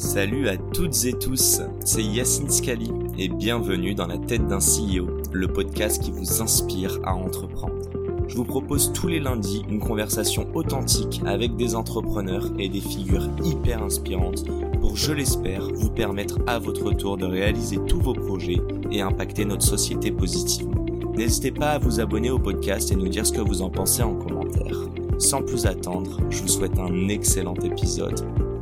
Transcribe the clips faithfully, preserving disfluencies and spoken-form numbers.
Salut à toutes et tous, c'est Yacine Scali et bienvenue dans la tête d'un C E O, le podcast qui vous inspire à entreprendre. Je vous propose tous les lundis une conversation authentique avec des entrepreneurs et des figures hyper inspirantes pour, je l'espère, vous permettre à votre tour de réaliser tous vos projets et impacter notre société positivement. N'hésitez pas à vous abonner au podcast et nous dire ce que vous en pensez en commentaire. Sans plus attendre, je vous souhaite un excellent épisode.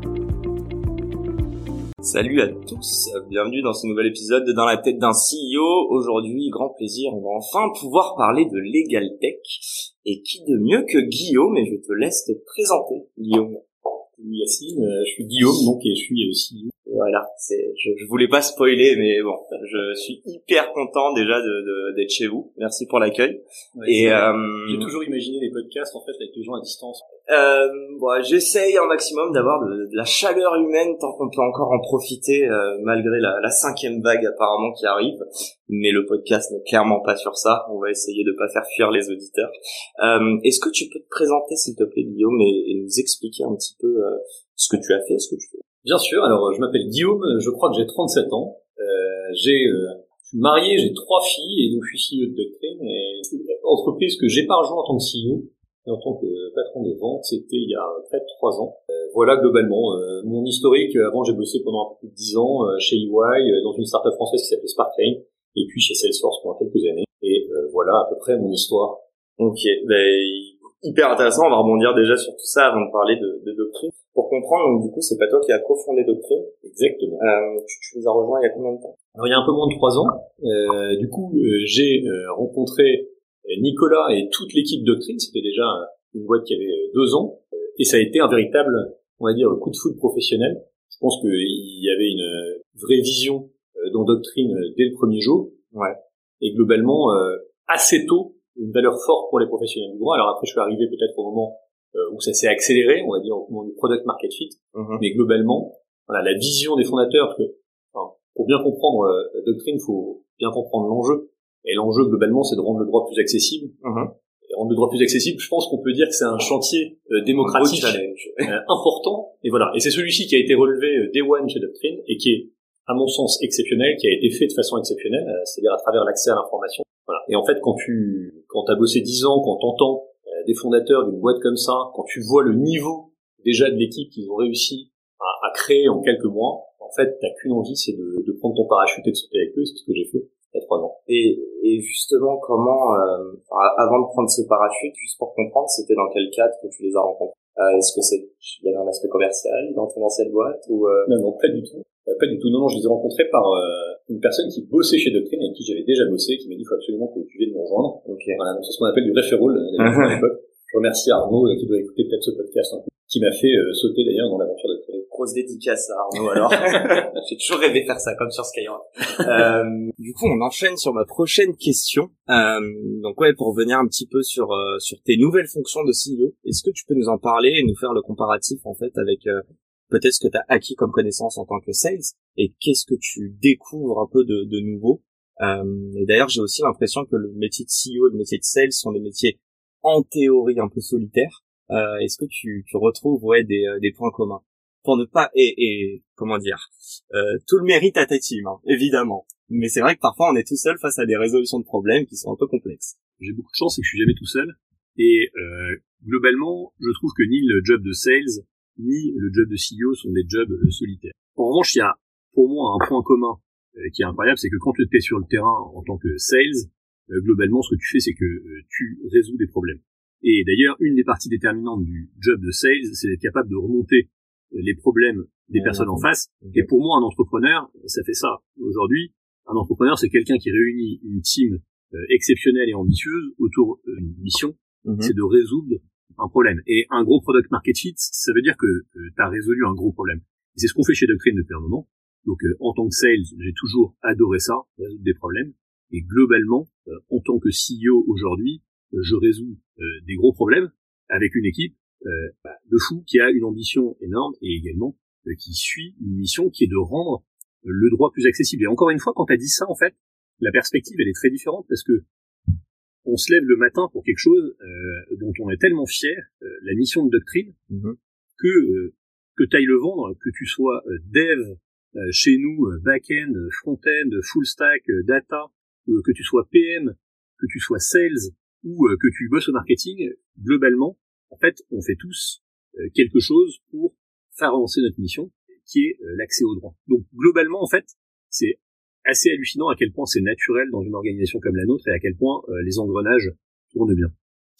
Salut à tous, bienvenue dans ce nouvel épisode de Dans la tête d'un C E O. Aujourd'hui, grand plaisir, on va enfin pouvoir parler de Legal Tech. Et qui de mieux que Guillaume, et je te laisse te présenter, Guillaume. Salut Yacine, euh, je suis Guillaume, donc, et je suis le C E O. Voilà, c'est, je, je voulais pas spoiler, mais bon, je suis hyper content déjà de, de d'être chez vous. Merci pour l'accueil. Ouais, et euh, j'ai toujours imaginé les podcasts en fait avec les gens à distance. Euh, bon, j'essaye un maximum d'avoir de, de la chaleur humaine tant qu'on peut encore en profiter euh, malgré la, la cinquième vague apparemment qui arrive. Mais le podcast n'est clairement pas sur ça. On va essayer de pas faire fuir les auditeurs. Euh, est-ce que tu peux te présenter s'il te plaît, Guillaume, et, et nous expliquer un petit peu euh, ce que tu as fait, ce que tu fais? Bien sûr, alors je m'appelle Guillaume, je crois que j'ai trente-sept ans, euh, j'ai, euh, je suis marié, j'ai trois filles et donc je suis C E O de Doctrine et c'est une entreprise que j'ai pas rejoint en tant que C E O et en tant que patron des ventes, c'était il y a près de trois ans. Euh, voilà globalement euh, mon historique. Avant j'ai bossé pendant un peu plus de dix ans euh, chez E Y euh, dans une startup française qui s'appelait Sparklane et puis chez Salesforce pendant quelques années et euh, voilà à peu près mon histoire. Ok, ben hyper intéressant, on va rebondir déjà sur tout ça avant de parler de, de Doctrine. Pour comprendre, donc du coup, c'est pas toi qui as cofondé Doctrine. Exactement. Euh, tu, tu nous as rejoint il y a combien de temps? Alors il y a un peu moins de trois ans. Euh, du coup, euh, j'ai euh, rencontré Nicolas et toute l'équipe Doctrine. C'était déjà une boîte qui avait deux ans, et ça a été un véritable, on va dire, coup de foudre professionnel. Je pense qu'il y avait une vraie vision dans Doctrine dès le premier jour. Ouais. Et globalement, euh, assez tôt, une valeur forte pour les professionnels du droit. Alors après, je suis arrivé peut-être au moment Euh, où ça s'est accéléré, on va dire, au moment du product market fit, mmh. Mais globalement, voilà, la vision des fondateurs, parce que, enfin, pour bien comprendre euh, la doctrine, il faut bien comprendre l'enjeu, et l'enjeu, globalement, c'est de rendre le droit plus accessible, mmh. Et rendre le droit plus accessible, je pense qu'on peut dire que c'est un chantier euh, démocratique euh, important, et voilà, et c'est celui-ci qui a été relevé euh, day one chez Doctrine, et qui est, à mon sens, exceptionnel, qui a été fait de façon exceptionnelle, euh, c'est-à-dire à travers l'accès à l'information, voilà. Et en fait, quand tu, quand t'as bossé dix ans, quand t'entends des fondateurs d'une boîte comme ça, quand tu vois le niveau déjà de l'équipe qu'ils ont réussi à, à créer en quelques mois, en fait, t'as qu'une envie, c'est de, de prendre ton parachute et de sauter avec eux. C'est ce que j'ai fait il y a trois ans. Et, et justement, comment, euh, avant de prendre ce parachute, juste pour comprendre, c'était dans quel cadre que tu les as rencontrés? Euh, est-ce que c'est, il y avait un aspect commercial dans ton ancienne boîte ou euh... Non, non, pas du tout. Euh, pas du tout. Non, non, je les ai rencontrés par euh, une personne qui bossait chez Doctrine et avec qui j'avais déjà bossé, qui m'a dit, il faut absolument que tu viennes me rejoindre. Okay. Voilà, donc c'est ce qu'on appelle du referral, d'ailleurs, à l'époque. Je remercie Arnaud, euh, qui doit écouter peut-être ce podcast, hein, qui m'a fait euh, sauter d'ailleurs dans l'aventure de Doctrine. Grosse dédicace à Arnaud, alors. J'ai toujours rêvé de faire ça, comme sur Skyrock. euh, du coup, on enchaîne sur ma prochaine question. Euh, donc ouais, pour revenir un petit peu sur euh, sur tes nouvelles fonctions de C E O, est-ce que tu peux nous en parler et nous faire le comparatif, en fait, avec euh, peut-être ce que tu as acquis comme connaissance en tant que sales et qu'est-ce que tu découvres un peu de, de nouveau. Euh, et d'ailleurs, j'ai aussi l'impression que le métier de C E O et le métier de sales sont des métiers en théorie un peu solitaires. Euh, est-ce que tu, tu retrouves ouais des, des points communs pour ne pas et, et comment dire euh, tout le mérite à ta team, hein, évidemment. Mais c'est vrai que parfois on est tout seul face à des résolutions de problèmes qui sont un peu complexes. J'ai beaucoup de chance, c'est que je suis jamais tout seul. Et euh, globalement, je trouve que ni le job de sales ni le job de C E O sont des jobs euh, solitaires. En revanche, il y a pour moi un point commun euh, qui est incroyable, c'est que quand tu es sur le terrain en tant que sales, euh, globalement, ce que tu fais, c'est que euh, tu résous des problèmes. Et d'ailleurs, une des parties déterminantes du job de sales, c'est d'être capable de remonter euh, les problèmes des ouais, personnes en face. Okay. Et pour moi, un entrepreneur, ça fait ça. Aujourd'hui, un entrepreneur, c'est quelqu'un qui réunit une team euh, exceptionnelle et ambitieuse autour d'une mission, mm-hmm. C'est de résoudre un problème. Et un gros product market fit, ça veut dire que euh, tu as résolu un gros problème. Et c'est ce qu'on fait chez Doctrine depuis un moment. Donc, euh, en tant que sales, j'ai toujours adoré ça, résoudre des problèmes. Et globalement, euh, en tant que C E O aujourd'hui, euh, je résous euh, des gros problèmes avec une équipe euh, bah, de fous qui a une ambition énorme et également euh, qui suit une mission qui est de rendre euh, le droit plus accessible. Et encore une fois, quand tu as dit ça, en fait, la perspective, elle est très différente parce que on se lève le matin pour quelque chose euh, dont on est tellement fier, euh, la mission de Doctrine, mmh. que euh, que tu ailles le vendre, que tu sois euh, dev euh, chez nous, euh, back-end, front-end, full stack, euh, data, euh, que tu sois P M, que tu sois sales ou euh, que tu bosses au marketing, globalement, en fait, on fait tous euh, quelque chose pour faire avancer notre mission, qui est euh, l'accès au droit. Donc globalement, en fait, c'est assez hallucinant à quel point c'est naturel dans une organisation comme la nôtre et à quel point euh, les engrenages tournent bien.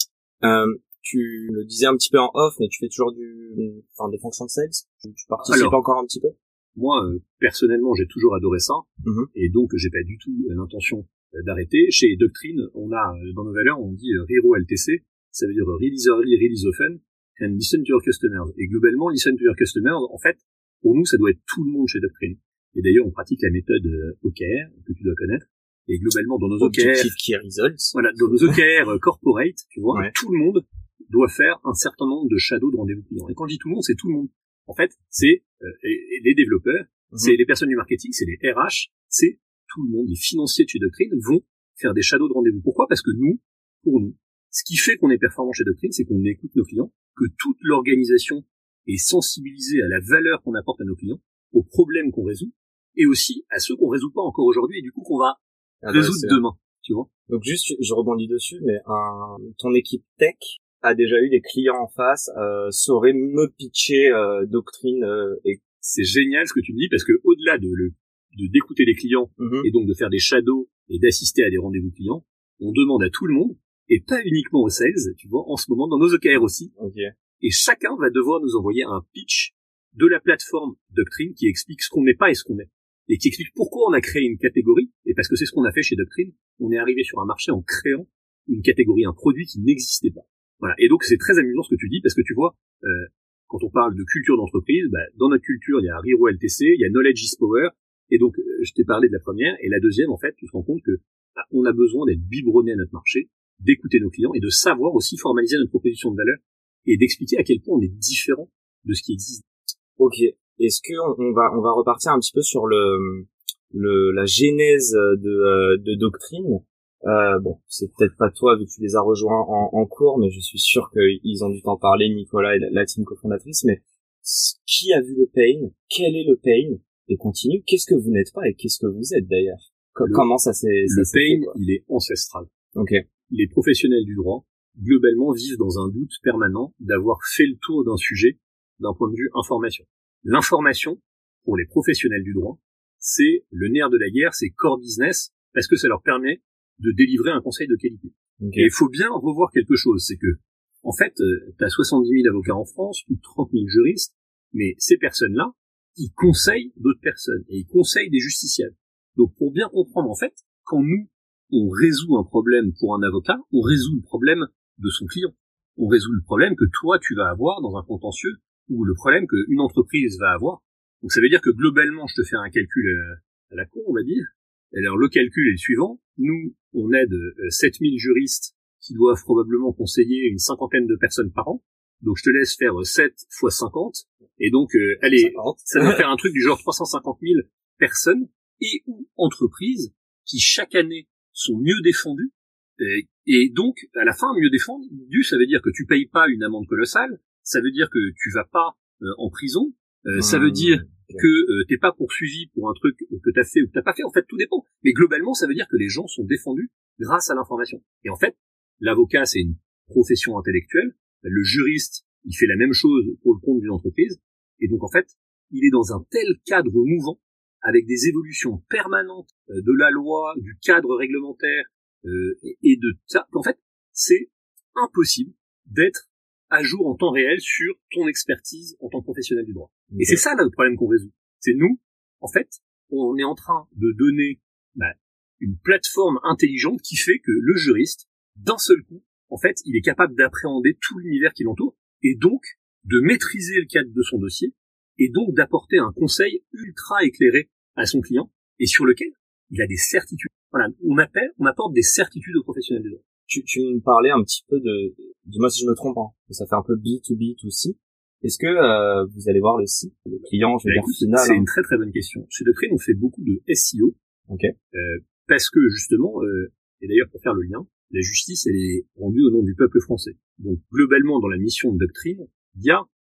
Euh, tu le disais un petit peu en off, mais tu fais toujours du, enfin, des fonctions de sales. Tu, tu participes Alors, encore un petit peu. Moi, euh, personnellement, j'ai toujours adoré ça, mm-hmm. et donc j'ai pas du tout euh, l'intention euh, d'arrêter. Chez Doctrine, on a euh, dans nos valeurs, on dit euh, R I R O L T C, ça veut dire euh, Release Early, Release Often, and Listen to Your Customers. Et globalement, Listen to Your Customers, en fait, pour nous, ça doit être tout le monde chez Doctrine. Et d'ailleurs, on pratique la méthode euh, O K R que tu dois connaître. Et globalement, dans nos O K R, Objective Key Results. Voilà, dans nos O K R corporate, tu vois, ouais. Tout le monde doit faire un certain nombre de shadows de rendez-vous clients. Et quand je dis tout le monde, c'est tout le monde. En fait, c'est euh, les développeurs, mm-hmm. c'est les personnes du marketing, c'est les R H, c'est tout le monde. Les financiers de chez Doctrine vont faire des shadows de rendez-vous. Pourquoi ? Parce que nous, pour nous, ce qui fait qu'on est performant chez Doctrine, c'est qu'on écoute nos clients, que toute l'organisation est sensibilisée à la valeur qu'on apporte à nos clients, aux problèmes qu'on résout, et aussi à ceux qu'on résout pas encore aujourd'hui, et du coup qu'on va ah résoudre bah, demain, tu vois. Donc juste, je rebondis dessus, mais un, ton équipe tech a déjà eu des clients en face, euh, saurait me pitcher euh, Doctrine. Euh, et... C'est génial ce que tu me dis, parce que au-delà de, le, de d'écouter les clients, mm-hmm. et donc de faire des shadows et d'assister à des rendez-vous clients, on demande à tout le monde, et pas uniquement aux sales, tu vois, en ce moment, dans nos O K R aussi. Okay. Et chacun va devoir nous envoyer un pitch de la plateforme Doctrine qui explique ce qu'on n'est pas et ce qu'on est. Et qui explique pourquoi on a créé une catégorie, et parce que c'est ce qu'on a fait chez Doctrine, on est arrivé sur un marché en créant une catégorie, un produit qui n'existait pas. Voilà. Et donc c'est très amusant ce que tu dis, parce que tu vois, euh, quand on parle de culture d'entreprise, bah, dans notre culture, il y a R I R O L T C, il y a Knowledge is Power, et donc euh, je t'ai parlé de la première, et la deuxième, en fait, tu te rends compte que bah, on a besoin d'être biberonné à notre marché, d'écouter nos clients, et de savoir aussi formaliser notre proposition de valeur, et d'expliquer à quel point on est différent de ce qui existe. Ok. Est-ce que on va on va repartir un petit peu sur le le la genèse de de Doctrine. Euh, bon, c'est peut-être pas toi vu que tu les as rejoints en, en cours, mais je suis sûr qu'ils ont dû t'en parler, Nicolas et la, la team cofondatrice. Mais qui a vu le pain ? Quel est le pain ? Et continue. Qu'est-ce que vous n'êtes pas et qu'est-ce que vous êtes d'ailleurs ? le, Comment ça s'est ça Le s'est pain, fait, il est ancestral. Ok. Les professionnels du droit globalement vivent dans un doute permanent d'avoir fait le tour d'un sujet d'un point de vue information. L'information, pour les professionnels du droit, c'est le nerf de la guerre, c'est core business, parce que ça leur permet de délivrer un conseil de qualité. Okay. Et il faut bien revoir quelque chose, c'est que, en fait, euh, tu as soixante-dix mille avocats en France, plus de trente mille juristes, mais ces personnes-là, ils conseillent d'autres personnes, et ils conseillent des justiciables. Donc pour bien comprendre, en fait, quand nous, on résout un problème pour un avocat, on résout le problème de son client. On résout le problème que toi, tu vas avoir dans un contentieux, ou le problème qu'une entreprise va avoir. Donc ça veut dire que globalement, je te fais un calcul à la con, on va dire. Et alors le calcul est le suivant. Nous, on aide sept mille juristes qui doivent probablement conseiller une cinquantaine de personnes par an. Donc je te laisse faire sept fois cinquante. Et donc, euh, allez, cinquante. Ça va faire un truc du genre trois cent cinquante mille personnes et ou entreprises qui chaque année sont mieux défendues. Et, et donc, à la fin, mieux défendues, ça veut dire que tu payes pas une amende colossale. Ça veut dire que tu vas pas euh, en prison. Euh, mmh, ça veut dire okay. que euh, t'es pas poursuivi pour un truc que t'as fait ou que t'as pas fait. En fait, tout dépend. Mais globalement, ça veut dire que les gens sont défendus grâce à l'information. Et en fait, l'avocat, c'est une profession intellectuelle. Le juriste, il fait la même chose pour le compte d'une entreprise. Et donc, en fait, il est dans un tel cadre mouvant, avec des évolutions permanentes euh, de la loi, du cadre réglementaire euh, et, et de ça, qu'en fait, c'est impossible d'être à jour en temps réel sur ton expertise en tant que professionnel du droit. Okay. Et c'est ça là, le problème qu'on résout. C'est nous, en fait, on est en train de donner bah, une plateforme intelligente qui fait que le juriste, d'un seul coup, en fait, il est capable d'appréhender tout l'univers qui l'entoure et donc de maîtriser le cadre de son dossier et donc d'apporter un conseil ultra éclairé à son client et sur lequel il a des certitudes. Voilà, on appelle, on apporte des certitudes aux professionnels du droit. Tu, tu me parlais un petit peu de, dis-moi si je me trompe, hein, ça fait un peu B to B to C. Est-ce que euh, vous allez voir le site, le client, je veux dire, final? C'est hein. une très très bonne question. Chez Doctrine, on fait beaucoup de S E O, okay. euh, parce que justement, euh, et d'ailleurs pour faire le lien, la justice elle est rendue au nom du peuple français. Donc globalement, dans la mission de Doctrine, il y a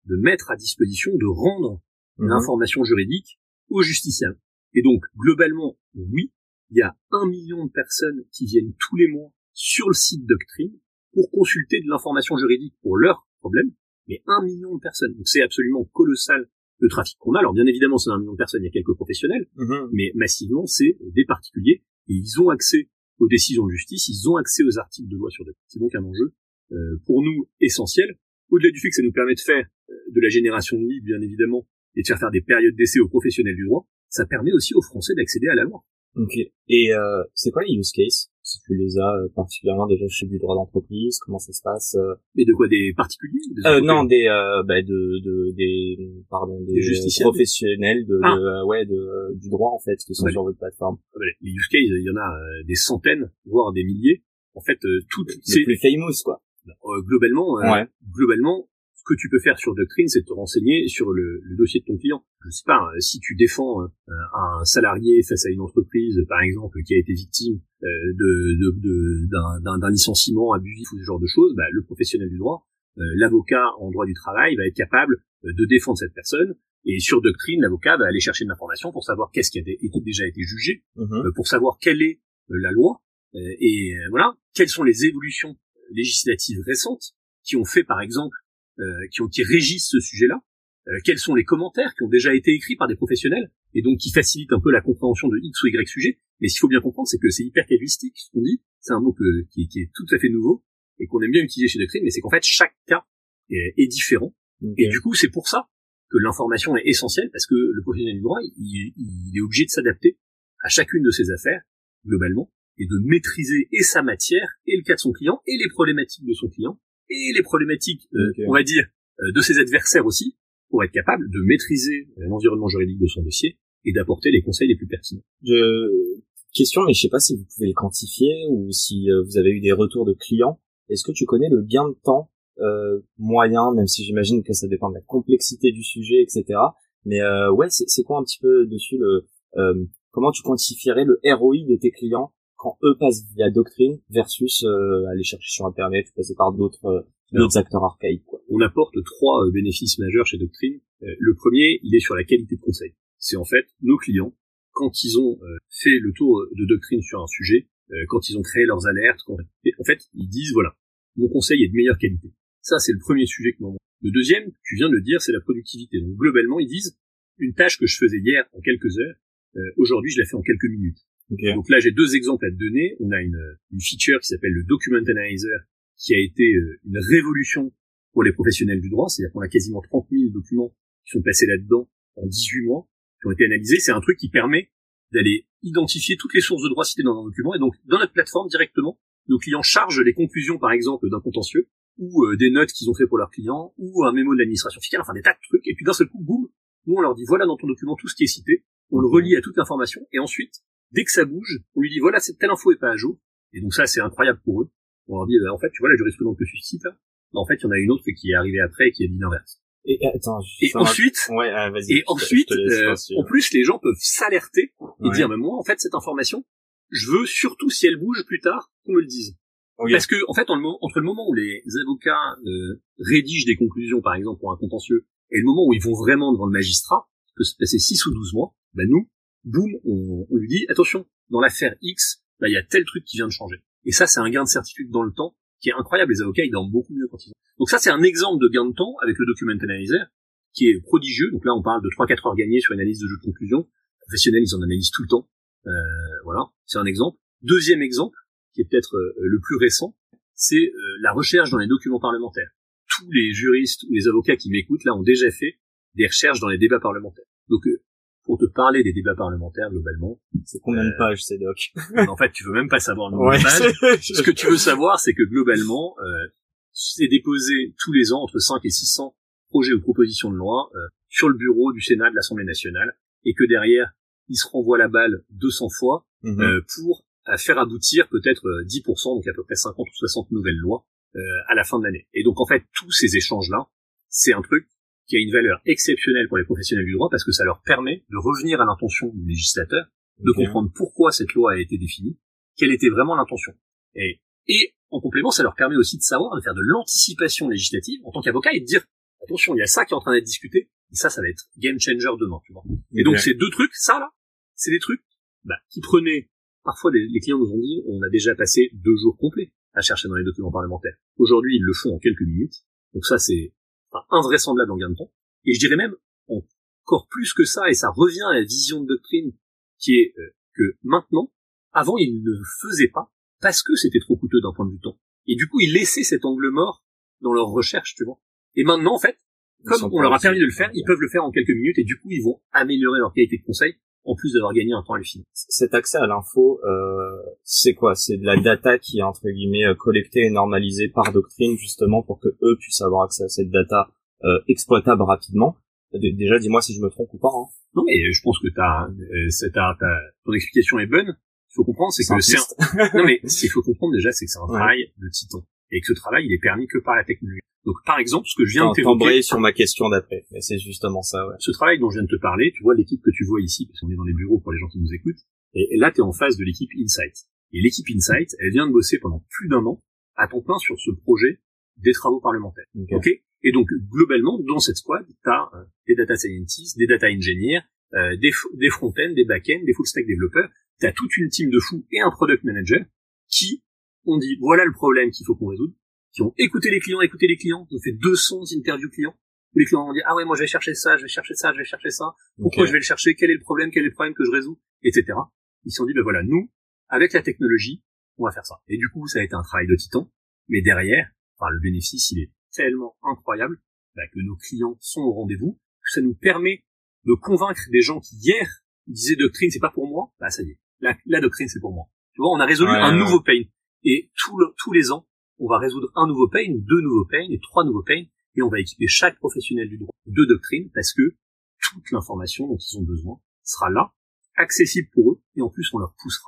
de mettre à disposition, de rendre mmh. l'information juridique aux justiciables. Et donc, globalement, oui, il y a un million de personnes qui viennent tous les mois sur le site Doctrine pour consulter de l'information juridique pour leurs problèmes, mais un million de personnes. Donc c'est absolument colossal le trafic qu'on a. Alors bien évidemment, c'est un million de personnes, il y a quelques professionnels, mmh. mais massivement, c'est des particuliers, et ils ont accès aux décisions de justice, ils ont accès aux articles de loi sur Doctrine. C'est donc un enjeu, euh, pour nous, essentiel. Au-delà du fait que ça nous permet de faire euh, de la génération de livres, bien évidemment, et de faire faire des périodes d'essai aux professionnels du droit, ça permet aussi aux Français d'accéder à la loi. Ok. Et euh, c'est quoi les use cases, si tu les as euh, particulièrement déjà chez du droit d'entreprise, comment ça se passe euh... Et de quoi, des particuliers des euh, Non, des euh, bah, de, de des pardon des, des professionnels de, ah. de euh, ouais de euh, du droit en fait qui sont ah, sur votre plateforme. Ah, bah, les use cases, il y en a euh, des centaines, voire des milliers. En fait, euh, tout c'est plus famous quoi. Euh, globalement, euh, ouais. globalement. Ce que tu peux faire sur Doctrine, c'est de te renseigner sur le, le dossier de ton client. Je sais pas, hein, si tu défends euh, un salarié face à une entreprise, par exemple, qui a été victime euh, de, de, de, d'un, d'un, d'un licenciement abusif ou ce genre de choses, bah, le professionnel du droit, euh, l'avocat en droit du travail va être capable euh, de défendre cette personne. Et sur Doctrine, l'avocat va aller chercher de l'information pour savoir qu'est-ce qui a été, déjà été jugé, mmh. euh, pour savoir quelle est euh, la loi, euh, et euh, voilà, quelles sont les évolutions législatives récentes qui ont fait, par exemple, Euh, qui, ont, qui régissent ce sujet-là, euh, quels sont les commentaires qui ont déjà été écrits par des professionnels, et donc qui facilitent un peu la compréhension de X ou Y sujet. Mais ce qu'il faut bien comprendre, c'est que c'est hyper casuistique, ce qu'on dit, c'est un mot que, qui, qui est tout à fait nouveau, et qu'on aime bien utiliser chez Doctrine, mais c'est qu'en fait, chaque cas est, est différent, okay. Et du coup, c'est pour ça que l'information est essentielle, parce que le professionnel du droit, il, il est obligé de s'adapter à chacune de ses affaires, globalement, et de maîtriser et sa matière, et le cas de son client, et les problématiques de son client, et les problématiques, euh, okay. on va dire, euh, de ses adversaires aussi, pour être capable de maîtriser euh, l'environnement juridique de son dossier et d'apporter les conseils les plus pertinents. Je... Question, mais je sais pas si vous pouvez les quantifier ou si euh, vous avez eu des retours de clients. Est-ce que tu connais le gain de temps euh, moyen, même si j'imagine que ça dépend de la complexité du sujet, et cetera. Mais euh, ouais, c'est, c'est quoi un petit peu dessus le euh, comment tu quantifierais le R O I de tes clients quand eux passent via Doctrine versus euh, aller chercher sur Internet ou passer par d'autres, euh, d'autres acteurs archaïques, quoi. On apporte trois euh, bénéfices majeurs chez Doctrine. Euh, le premier, il est sur la qualité de conseil. C'est en fait nos clients, quand ils ont euh, fait le tour de Doctrine sur un sujet, euh, quand ils ont créé leurs alertes, quand... et en fait, ils disent, voilà, mon conseil est de meilleure qualité. Ça, c'est le premier sujet que l'on voit. Le deuxième, tu viens de le dire, c'est la productivité. Donc globalement, ils disent, une tâche que je faisais hier en quelques heures, euh, aujourd'hui, je la fais en quelques minutes. Okay. Donc là, j'ai deux exemples à te donner. On a une, une feature qui s'appelle le Document Analyzer, qui a été une révolution pour les professionnels du droit. C'est-à-dire qu'on a quasiment trente mille documents qui sont passés là-dedans en dix-huit mois, qui ont été analysés. C'est un truc qui permet d'aller identifier toutes les sources de droit citées dans un document. Et donc, dans notre plateforme, directement, nos clients chargent les conclusions, par exemple, d'un contentieux, ou euh, des notes qu'ils ont fait pour leurs clients, ou un mémo de l'administration fiscale, enfin des tas de trucs. Et puis d'un seul coup, boum, nous on leur dit, voilà dans ton document tout ce qui est cité. On le relie à toute l'information. Et ensuite, dès que ça bouge, on lui dit, voilà, cette telle info est pas à jour. Et donc ça, c'est incroyable pour eux. On leur dit, bah, en fait, tu vois, la jurisprudence que tu cites, là, bah, en fait, il y en a une autre qui est arrivée après et qui a dit l'inverse. Et, attends, et ensuite, ouais, ah, vas-y, et ensuite, te, te euh, en plus, les gens peuvent s'alerter et ouais. dire, mais moi, en fait, cette information, je veux surtout, si elle bouge plus tard, qu'on me le dise. Okay. Parce que, en fait, en le, entre le moment où les avocats euh, rédigent des conclusions, par exemple, pour un contentieux, et le moment où ils vont vraiment devant le magistrat, qui peut se passer six ou douze mois, bah nous, boum, on, on lui dit, attention, dans l'affaire X, bah il y a tel truc qui vient de changer. Et ça, c'est un gain de certitude dans le temps qui est incroyable. Les avocats, ils dorment beaucoup mieux quand ils ont. Donc ça, c'est un exemple de gain de temps avec le Document Analyzer qui est prodigieux. Donc là, on parle de trois à quatre heures gagnées sur une analyse de jeu de conclusion. Les professionnels, ils en analysent tout le temps. Euh, voilà, c'est un exemple. Deuxième exemple, qui est peut-être euh, le plus récent, c'est euh, la recherche dans les documents parlementaires. Tous les juristes ou les avocats qui m'écoutent, là, ont déjà fait des recherches dans les débats parlementaires. Donc, euh, pour te parler des débats parlementaires, globalement... C'est combien de pages, ces docs? En fait, tu veux même pas savoir le nombre de pages. Ce que tu veux savoir, c'est que globalement, euh, c'est déposé tous les ans entre cinq et six cents projets ou propositions de loi euh, sur le bureau du Sénat, de l'Assemblée nationale, et que derrière, ils se renvoient la balle deux cents fois mmh. euh, pour euh, faire aboutir peut-être euh, dix pour cent, donc à peu près cinquante ou soixante nouvelles lois euh, à la fin de l'année. Et donc, en fait, tous ces échanges-là, c'est un truc qui a une valeur exceptionnelle pour les professionnels du droit parce que ça leur permet de revenir à l'intention du législateur, de okay. comprendre pourquoi cette loi a été définie, quelle était vraiment l'intention. Et, et en complément, ça leur permet aussi de savoir, de faire de l'anticipation législative en tant qu'avocat et de dire attention, il y a ça qui est en train d'être discuté, et ça, ça va être game changer demain, tu vois. Et Okay. donc, ces deux trucs, ça, là, c'est des trucs, bah, qui prenaient, parfois, les, les clients nous ont dit, on a déjà passé deux jours complets à chercher dans les documents parlementaires. Aujourd'hui, ils le font en quelques minutes. Donc ça, c'est enfin, invraisemblable en gain de temps. Et je dirais même encore plus que ça, et ça revient à la vision de doctrine qui est euh, que maintenant, avant, ils ne le faisaient pas parce que c'était trop coûteux d'un point de vue temps. Et du coup, ils laissaient cet angle mort dans leur recherche, tu vois. Et maintenant, en fait, comme on leur a permis de le faire, ils peuvent le faire en quelques minutes et du coup, ils vont améliorer leur qualité de conseil en plus d'avoir gagné un temps à le finir. Cet accès à l'info, euh, c'est quoi? C'est de la data qui est entre guillemets collectée et normalisée par doctrine justement pour que eux puissent avoir accès à cette data euh, exploitable rapidement. Déjà, dis-moi si je me trompe ou pas. Hein. Non, mais je pense que t'as, euh, t'as, t'as, ton explication est bonne. Il faut comprendre, c'est que c'est un... non mais ce qu'il faut comprendre déjà, c'est que c'est un ouais. travail de titan et que ce travail, il est permis que par la technologie. Donc, par exemple, ce que je viens de t'évoquer... sur ma question d'après, mais c'est justement ça, ouais. Ce travail dont je viens de te parler, tu vois l'équipe que tu vois ici, parce qu'on est dans les bureaux pour les gens qui nous écoutent, et là, tu es en face de l'équipe Insight. Et l'équipe Insight, elle vient de bosser pendant plus d'un an à temps plein sur ce projet des travaux parlementaires. Ok, okay. Et donc, globalement, dans cette squad, tu as euh, des data scientists, des data engineers, euh, des, des front-end, des back-end, des full-stack développeurs. Tu as toute une team de fous et un product manager qui ont dit, voilà le problème qu'il faut qu'on résoudre, qui ont écouté les clients, écouté les clients, ils ont fait deux cents interviews clients, où les clients ont dit, ah ouais, moi je vais chercher ça, je vais chercher ça, je vais chercher ça, pourquoi okay. je vais le chercher, quel est le problème, quel est le problème que je résous, et cetera. Ils se sont dit, ben voilà, nous, avec la technologie, on va faire ça. Et du coup, ça a été un travail de titan, mais derrière, enfin, le bénéfice, il est tellement incroyable, bah, que nos clients sont au rendez-vous, que ça nous permet de convaincre des gens qui hier disaient doctrine, c'est pas pour moi, bah ça y est, la, la doctrine c'est pour moi. Tu vois, on a résolu ouais, un ouais. nouveau pain. Et tout le, tous les ans, on va résoudre un nouveau pain, ou deux nouveaux pains, et trois nouveaux pains, et on va équiper chaque professionnel du droit de doctrine, parce que toute l'information dont ils ont besoin sera là, accessible pour eux, et en plus on leur poussera.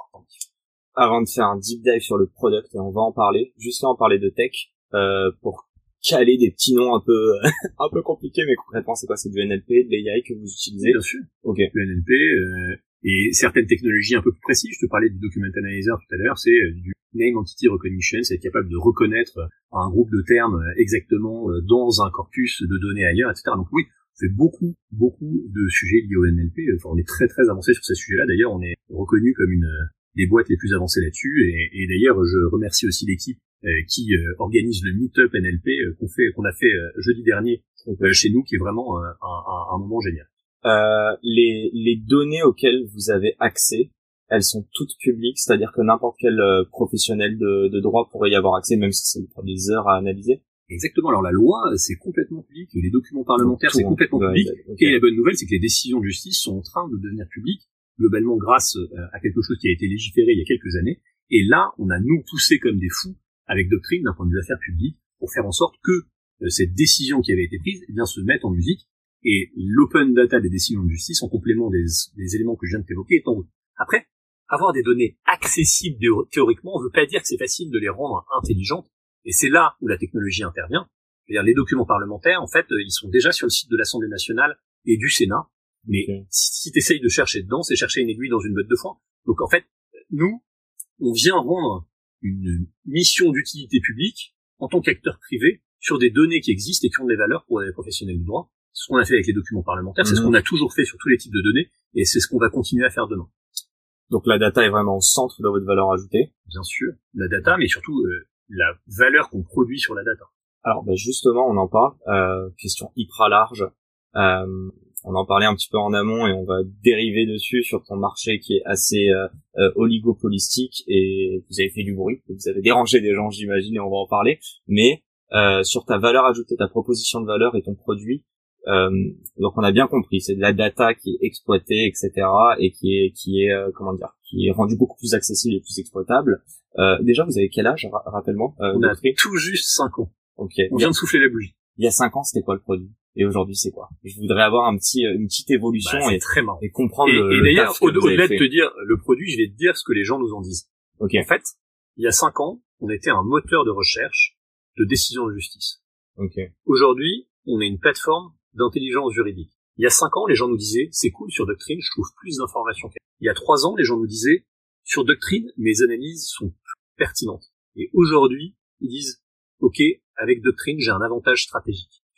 Avant de faire un deep dive sur le product, et on va en parler, juste là on parlait de tech, euh, pour caler des petits noms un peu un peu compliqués, mais concrètement c'est quoi? C'est du N L P, de l'A I que vous utilisez? Bien sûr. Ok. Du N L P, euh, et certaines technologies un peu plus précises, je te parlais du Document Analyzer tout à l'heure, c'est du Name Entity Recognition, c'est être capable de reconnaître un groupe de termes exactement dans un corpus de données ailleurs, et cetera. Donc oui, on fait beaucoup, beaucoup de sujets liés au N L P. Enfin, on est très, très avancé sur ces sujets-là. D'ailleurs, on est reconnu comme une des boîtes les plus avancées là-dessus. Et, et d'ailleurs, je remercie aussi l'équipe euh, qui euh, organise le Meetup N L P euh, qu'on fait, qu'on a fait euh, jeudi dernier euh, chez nous, qui est vraiment euh, un, un, un moment génial. Euh, les, les données auxquelles vous avez accès, elles sont toutes publiques, c'est-à-dire que n'importe quel euh, professionnel de, de droit pourrait y avoir accès, même si ça prend des heures à analyser. Exactement. Alors la loi, c'est complètement public, les documents parlementaires, tout, c'est complètement hein. public. Okay. Et la bonne nouvelle, c'est que les décisions de justice sont en train de devenir publiques, globalement grâce à quelque chose qui a été légiféré il y a quelques années. Et là, on a nous poussé comme des fous avec Doctrine d'un point de vue affaires publiques pour faire en sorte que euh, cette décision qui avait été prise, eh bien, se mette en musique. Et l'open data des décisions de justice, en complément des, des éléments que je viens de t'évoquer, est en route. Après, avoir des données accessibles théoriquement, ne veut pas dire que c'est facile de les rendre intelligentes. Et c'est là où la technologie intervient. C'est-à-dire, les documents parlementaires, en fait, ils sont déjà sur le site de l'Assemblée nationale et du Sénat. Mais okay. si, si tu essayes de chercher dedans, c'est chercher une aiguille dans une botte de foin. Donc, en fait, nous, on vient rendre une mission d'utilité publique en tant qu'acteur privé sur des données qui existent et qui ont des valeurs pour les professionnels du droit. Ce qu'on a fait avec les documents parlementaires, mmh. c'est ce qu'on a toujours fait sur tous les types de données, et c'est ce qu'on va continuer à faire demain. Donc la data est vraiment au centre de votre valeur ajoutée. Bien sûr, la data, mais surtout euh, la valeur qu'on produit sur la data. Alors ben justement, on en parle, euh, question hyper large. Euh, on en parlait un petit peu en amont et on va dériver dessus sur ton marché qui est assez euh, euh, oligopolistique, et vous avez fait du bruit, vous avez dérangé des gens, j'imagine, et on va en parler. Mais euh, sur ta valeur ajoutée, ta proposition de valeur et ton produit, Euh, donc on a bien compris, c'est de la data qui est exploitée, et cetera, et qui est qui est euh, comment dire, qui est rendue beaucoup plus accessible et plus exploitable. Euh, déjà, vous avez quel âge, ra- rappelle-moi euh, On a tout juste cinq ans. Ok. On vient de souffler la bougie. Il y a cinq ans, c'était quoi le produit? Et aujourd'hui, c'est quoi? Je voudrais avoir un petit une petite évolution bah, et très marrant. Et comprendre. Et, le, et le d'ailleurs, au, au-delà fait. de te dire le produit, je vais te dire ce que les gens nous en disent. Ok. En fait, il y a cinq ans, on était un moteur de recherche de décision de justice. Ok. Aujourd'hui, on est une plateforme d'intelligence juridique. Il y a cinq ans, les gens nous disaient, c'est cool sur Doctrine, je trouve plus d'informations qu'elle. Il y a trois ans, les gens nous disaient, sur Doctrine, mes analyses sont plus pertinentes. Et aujourd'hui, ils disent, ok, avec Doctrine, j'ai un avantage stratégique.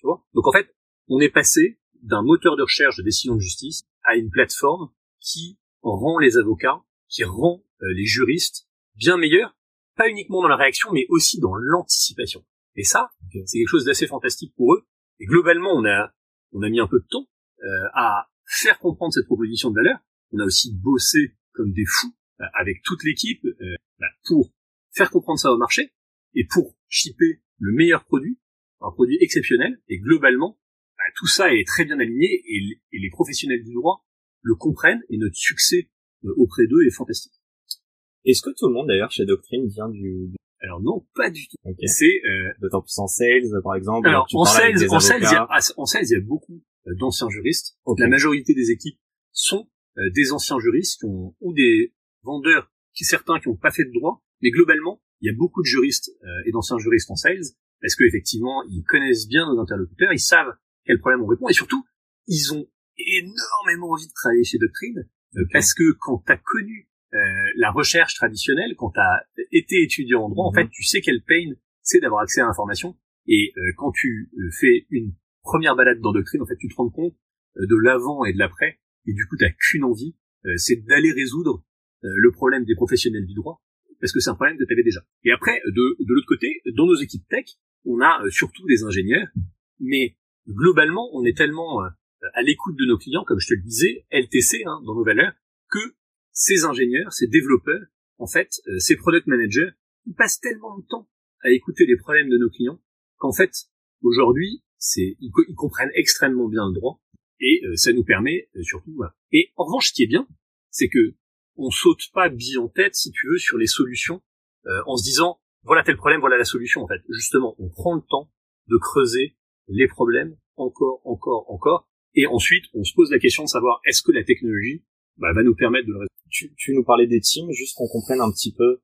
Tu vois? Donc en fait, on est passé d'un moteur de recherche de décision de justice à une plateforme qui rend les avocats, qui rend euh, les juristes bien meilleurs, pas uniquement dans la réaction, mais aussi dans l'anticipation. Et ça, okay. c'est quelque chose d'assez fantastique pour eux. Et globalement, on a on a mis un peu de temps euh, à faire comprendre cette proposition de valeur. On a aussi bossé comme des fous euh, avec toute l'équipe euh, bah, pour faire comprendre ça au marché et pour shipper le meilleur produit, un produit exceptionnel. Et globalement, bah, tout ça est très bien aligné et, et les professionnels du droit le comprennent et notre succès euh, auprès d'eux est fantastique. Est-ce que tout le monde d'ailleurs chez Doctrine vient du... Alors non, pas du tout. Okay. C'est euh... d'autant plus en sales par exemple. Alors tu en sales, en sales, il y a, en sales, il y a beaucoup d'anciens juristes. Okay. La majorité des équipes sont euh, des anciens juristes qui ont, ou des vendeurs, qui certains qui n'ont pas fait de droit, mais globalement, il y a beaucoup de juristes euh, et d'anciens juristes en sales parce que effectivement, ils connaissent bien nos interlocuteurs, ils savent quel problème on répond et surtout, ils ont énormément envie de travailler chez Doctrine euh, okay. parce que quand t'as connu euh, la recherche traditionnelle, quand t'as été étudiant en droit, mm-hmm. en fait, tu sais quel pain c'est d'avoir accès à l'information et euh, quand tu euh, fais une première balade dans Doctrine, en fait, tu te rends compte euh, de l'avant et de l'après et du coup, t'as qu'une envie, euh, c'est d'aller résoudre euh, le problème des professionnels du droit parce que c'est un problème que tu avais déjà. Et après, de, de l'autre côté, dans nos équipes tech, on a euh, surtout des ingénieurs, mais globalement, on est tellement euh, à l'écoute de nos clients, comme je te le disais, L T C, hein, dans nos valeurs, que ces ingénieurs, ces développeurs, en fait, euh, ces product managers, ils passent tellement de temps à écouter les problèmes de nos clients qu'en fait, aujourd'hui, c'est ils, ils comprennent extrêmement bien le droit et euh, ça nous permet euh, surtout... Voilà. Et en revanche, ce qui est bien, c'est que on saute pas bille en tête, si tu veux, sur les solutions, euh, en se disant, voilà tel problème, voilà la solution, en fait. Justement, on prend le temps de creuser les problèmes encore, encore, encore, et ensuite, on se pose la question de savoir, est-ce que la technologie bah, va nous permettre de le résoudre. Tu, tu nous parlais des teams, juste qu'on comprenne un petit peu.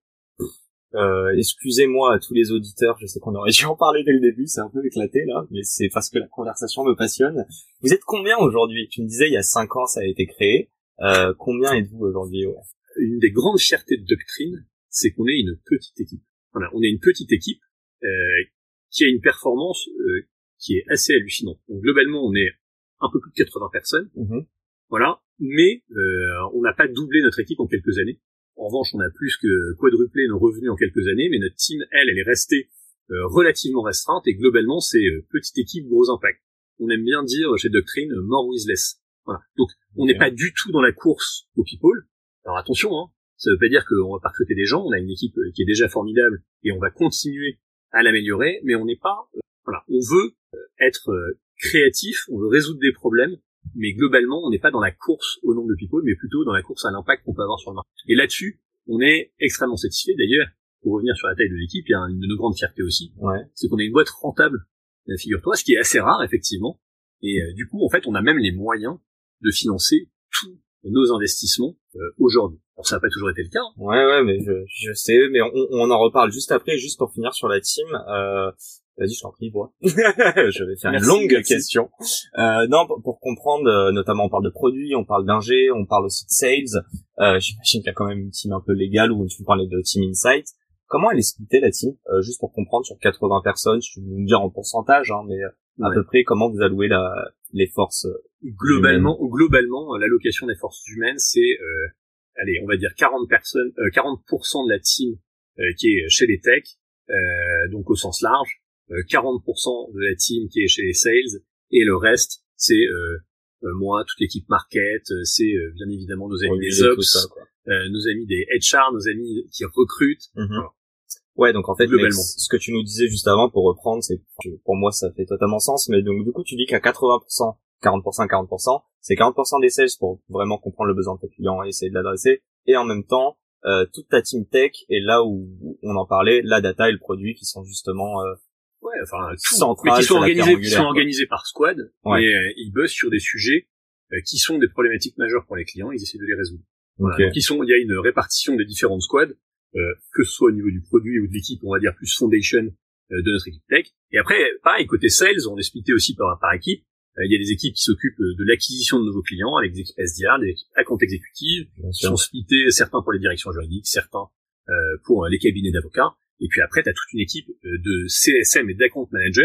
Euh, excusez-moi à tous les auditeurs, je sais qu'on aurait dû en parler dès le début, c'est un peu éclaté là, mais c'est parce que la conversation me passionne. Vous êtes combien aujourd'hui? Tu me disais, il y a cinq ans, ça a été créé. Euh, combien êtes-vous aujourd'hui? Ouais. Une des grandes fiertés de Doctrine, c'est qu'on est une petite équipe. Voilà, on est une petite équipe euh, qui a une performance euh, qui est assez hallucinante. Donc globalement, on est un peu plus de quatre-vingts personnes. Mm-hmm. Voilà, mais euh, on n'a pas doublé notre équipe en quelques années. En revanche, on a plus que quadruplé nos revenus en quelques années, mais notre team, elle, elle est restée euh, relativement restreinte et globalement, c'est euh, petite équipe, gros impact. On aime bien dire chez Doctrine, more with less. Voilà. Donc, on n'est okay. pas du tout dans la course aux people. Alors attention, hein, ça veut pas dire qu'on va pas recruter des gens. On a une équipe qui est déjà formidable et on va continuer à l'améliorer, mais on n'est pas. Euh, voilà, on veut euh, être euh, créatif, on veut résoudre des problèmes, mais globalement, on n'est pas dans la course au nombre de people, mais plutôt dans la course à l'impact qu'on peut avoir sur le marché. Et là-dessus, on est extrêmement satisfait. D'ailleurs, pour revenir sur la taille de l'équipe, il y a une de nos grandes fiertés aussi, ouais. c'est qu'on est une boîte rentable. Figure-toi, ce qui est assez rare effectivement. Et euh, du coup, en fait, on a même les moyens de financer tous nos investissements euh, aujourd'hui. Alors ça n'a pas toujours été le cas. Hein. Ouais, ouais, mais je, je sais, mais on, on en reparle juste après, juste pour finir sur la team. Euh, vas-y, je t'en prie, bois. Je vais faire merci, une longue merci. question. Euh, non, pour, pour comprendre, euh, notamment, on parle de produits, on parle d'ingé, on parle aussi de sales. Euh, j'imagine qu'il y a quand même une team un peu légale où tu parlais de team insight. Comment elle est splittée, la team, euh, juste pour comprendre, sur quatre-vingts personnes, je vais me dire en pourcentage, hein, mais à ouais. peu près comment vous allouez la, les forces globalement humaines. Globalement, l'allocation des forces humaines, c'est, euh, allez, on va dire quarante personnes, euh, quarante pour cent de la team euh, qui est chez les techs, euh, donc au sens large, euh, quarante pour cent de la team qui est chez les sales, et le reste, c'est euh, euh, moi, toute l'équipe market, euh, c'est euh, bien évidemment nos amis des ops, ça, quoi. Euh, nos amis des H R, nos amis qui recrutent. Mm-hmm. Voilà. Ouais, donc en fait, globalement, ce que tu nous disais juste avant, pour reprendre, c'est pour moi ça fait totalement sens, mais donc du coup tu dis qu'à quatre-vingts pour cent, quarante pour cent, quarante pour cent, c'est quarante pour cent des sales pour vraiment comprendre le besoin de tes clients et essayer de l'adresser, et en même temps, euh, toute ta team tech est là où on en parlait, la data et le produit qui sont justement euh, ouais, enfin tout, centrales, mais qui sont organisés, qui sont organisés par squad, ouais. et euh, ils bossent sur des sujets euh, qui sont des problématiques majeures pour les clients, ils essaient de les résoudre. Voilà. Okay. Donc ils sont, il y a une répartition des différentes squads. Euh, que ce soit au niveau du produit ou de l'équipe, on va dire plus foundation euh, de notre équipe tech. Et après, pareil, côté sales, on est splitté aussi par, par équipe. Euh, il y a des équipes qui s'occupent de l'acquisition de nouveaux clients avec des équipes S D R, des équipes account exécutives, qui sont splittés, certains pour les directions juridiques, certains euh, pour euh, les cabinets d'avocats. Et puis après, tu as toute une équipe euh, de C S M et d'account manager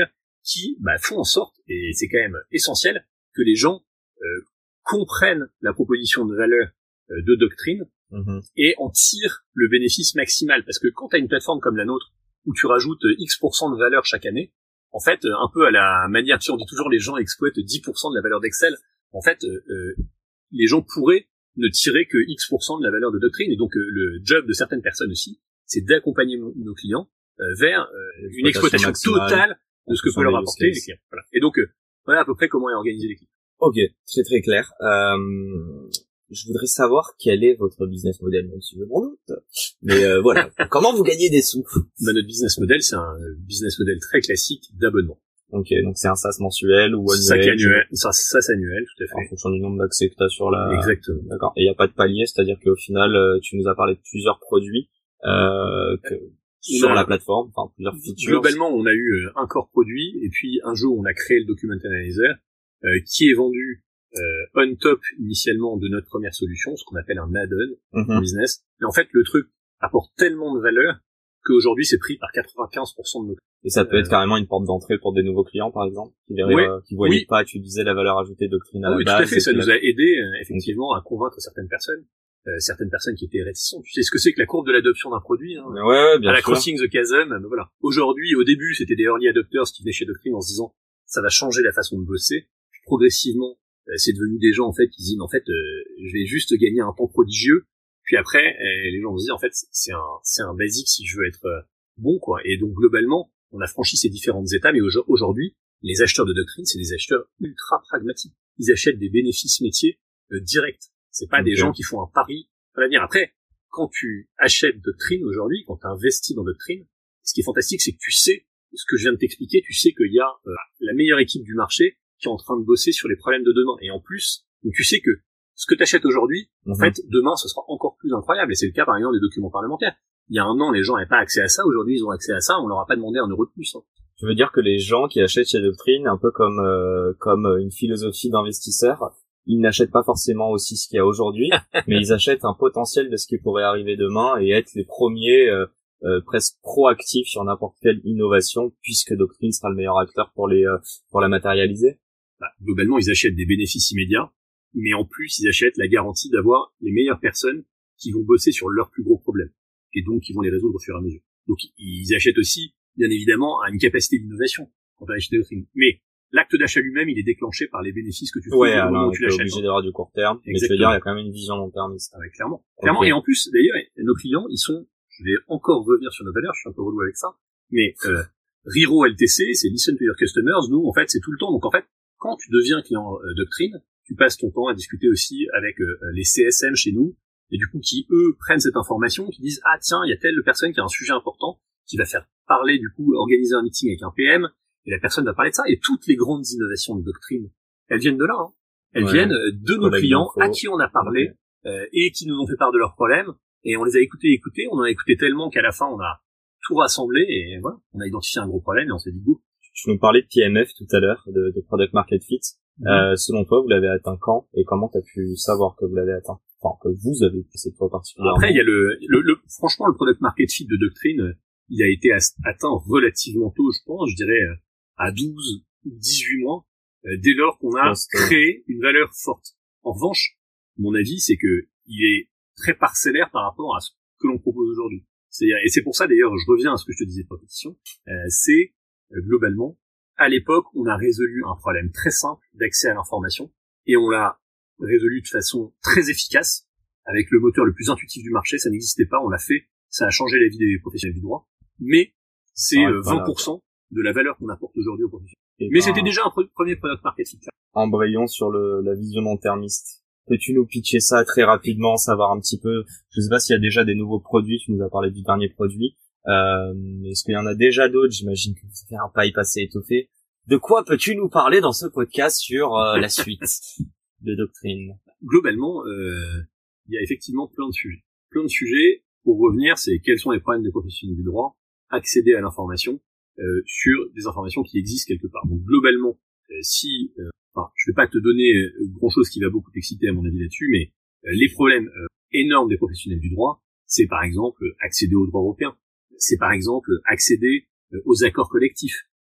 qui bah, font en sorte, et c'est quand même essentiel, que les gens euh, comprennent la proposition de valeur euh, de Doctrine mmh. et en tirent le bénéfice maximal. Parce que quand tu as une plateforme comme la nôtre, où tu rajoutes X pour cent de valeur chaque année, en fait, un peu à la manière, tu sais, on dit toujours les gens exploitent dix pour cent de la valeur d'Excel, en fait, euh, les gens pourraient ne tirer que X pour cent de la valeur de Doctrine. Et donc, euh, le job de certaines personnes aussi, c'est d'accompagner nos clients euh, vers euh, une exploitation totale de ce que peut leur apporter les clients. Voilà. Et donc, euh, voilà à peu près comment est organisé l'équipe. Ok, très très clair. Euh, je voudrais savoir quel est votre business model, même si je m'en doute. Mais euh, voilà, comment vous gagnez des sous? Bah, notre business model, c'est un business model très classique d'abonnement. Ok, donc c'est un SaaS mensuel ou annuel? Ça annuel, ça SaaS annuel, tout à fait. En fonction du nombre d'accès que tu as sur la... Exactement. D'accord. Et il n'y a pas de palier, c'est-à-dire qu'au final, tu nous as parlé de plusieurs produits euh, que... sur a... la plateforme, enfin plusieurs features. Globalement, on a eu un core produit, et puis un jour, on a créé le Document Analyzer, euh, qui est vendu euh, on top initialement de notre première solution, ce qu'on appelle un add-on mm-hmm. en business. Mais en fait, le truc apporte tellement de valeur qu'aujourd'hui, c'est pris par quatre-vingt-quinze pour cent de nos clients. Et ça peut euh... être carrément une porte d'entrée pour des nouveaux clients, par exemple, qui verraient, oui, euh, qui voyaient oui. pas utiliser la valeur ajoutée Doctrine à oui, la base. Oui, tout à fait. Ça nous a aidé, euh, effectivement, à convaincre certaines personnes. Euh, certaines personnes qui étaient réticentes. Tu sais ce que c'est que la courbe de l'adoption d'un produit, hein, ouais, ouais, bien à la sûr. crossing the chasm. Ben voilà. Aujourd'hui, au début, c'était des early adopters qui venaient chez Doctrine en se disant ça va changer la façon de bosser. Puis, progressivement, euh, c'est devenu des gens en fait qui disent en fait euh, je vais juste gagner un temps prodigieux. Puis après, euh, les gens vont se dire en fait c'est un c'est un basique si je veux être euh, bon quoi. Et donc globalement, on a franchi ces différentes étapes. Et au- aujourd'hui, les acheteurs de Doctrine, c'est des acheteurs ultra pragmatiques. Ils achètent des bénéfices métiers euh, directs. C'est pas okay. des gens qui font un pari à l'avenir. Après, quand tu achètes Doctrine aujourd'hui, quand tu investis dans Doctrine, ce qui est fantastique, c'est que tu sais, ce que je viens de t'expliquer, tu sais qu'il y a euh, la meilleure équipe du marché qui est en train de bosser sur les problèmes de demain. Et en plus, donc tu sais que ce que tu achètes aujourd'hui, mm-hmm. en fait, demain, ce sera encore plus incroyable. Et c'est le cas, par exemple, des documents parlementaires. Il y a un an, les gens n'avaient pas accès à ça. Aujourd'hui, ils ont accès à ça. On leur a pas demandé un euro de plus. Hein. Tu veux dire que les gens qui achètent chez Doctrine, un peu comme euh, comme une philosophie d'investisseur, ils n'achètent pas forcément aussi ce qu'il y a aujourd'hui, mais ils achètent un potentiel de ce qui pourrait arriver demain et être les premiers euh, euh, presque proactifs sur n'importe quelle innovation, puisque Doctrine sera le meilleur acteur pour les euh, pour la matérialiser. Bah, globalement, ils achètent des bénéfices immédiats, mais en plus, ils achètent la garantie d'avoir les meilleures personnes qui vont bosser sur leurs plus gros problèmes, et donc qui vont les résoudre au fur et à mesure. Donc, ils achètent aussi, bien évidemment, à une capacité d'innovation quand on achète Doctrine. Mais l'acte d'achat lui-même, il est déclenché par les bénéfices que tu trouves ouais, au moment où tu l'achètes. Ouais, obligé d'avoir du court terme. Exactement. Mais tu veux dire, il y a quand même une vision long termiste. Ah ouais, clairement. Okay. Clairement. Et en plus, d'ailleurs, nos clients, ils sont, je vais encore revenir sur nos valeurs, je suis un peu relou avec ça, mais euh, Riro L T C, c'est Listen to Your Customers. Nous, en fait, c'est tout le temps. Donc, en fait, quand tu deviens client euh, Doctrine, tu passes ton temps à discuter aussi avec euh, les C S M chez nous, et du coup, qui, eux, prennent cette information, qui disent, ah tiens, il y a telle personne qui a un sujet important, qui va faire parler, du coup, organiser un meeting avec un P M, et la personne va parler de ça, et toutes les grandes innovations de Doctrine, elles viennent de là. Hein. Elles ouais. viennent de nos clients à qui on a parlé, okay. euh, et qui nous ont fait part de leurs problèmes, et on les a écoutés, écoutés, on en a écouté tellement qu'à la fin, on a tout rassemblé, et voilà, on a identifié un gros problème, et on s'est dit, go. Tu nous parlais de P M F tout à l'heure, de, de Product Market Fit. Mmh. Euh, selon toi, vous l'avez atteint quand, et comment tu as pu savoir que vous l'avez atteint? Enfin, que vous avez pu cette fois particulièrement. Après, il y a le, le, le, franchement, le Product Market Fit de Doctrine, il a été atteint relativement tôt, je pense, je dirais, à douze ou dix-huit mois, dès lors qu'on a créé une valeur forte. En revanche, mon avis, c'est que il est très parcellaire par rapport à ce que l'on propose aujourd'hui. C'est-à-dire, et c'est pour ça, d'ailleurs, je reviens à ce que je te disais de compétition, euh, c'est, euh, globalement, à l'époque, on a résolu un problème très simple d'accès à l'information, et on l'a résolu de façon très efficace, avec le moteur le plus intuitif du marché, ça n'existait pas, on l'a fait, ça a changé la vie des professionnels du droit, mais c'est ouais, vingt pour cent de la valeur qu'on apporte aujourd'hui aux professionnels. Et mais ben, c'était déjà un pre- premier product market fit. Embrayons sur le, la vision long-termiste. Peux-tu nous pitcher ça très rapidement, savoir un petit peu, je sais pas s'il y a déjà des nouveaux produits, tu nous as parlé du dernier produit, euh, est-ce qu'il y en a déjà d'autres? J'imagine que vous avez un pipe assez étoffé. De quoi peux-tu nous parler dans ce podcast sur euh, la suite de Doctrine? Globalement, euh, il y a effectivement plein de sujets. Plein de sujets, pour revenir, c'est quels sont les problèmes des professionnels du droit, accéder à l'information euh, sur des informations qui existent quelque part. Donc globalement, euh, si... Euh, enfin, je vais pas te donner euh, grand-chose qui va beaucoup t'exciter à mon avis là-dessus, mais euh, les problèmes euh, énormes des professionnels du droit, c'est par exemple accéder au droit européen, c'est par exemple accéder euh, aux accords collectifs,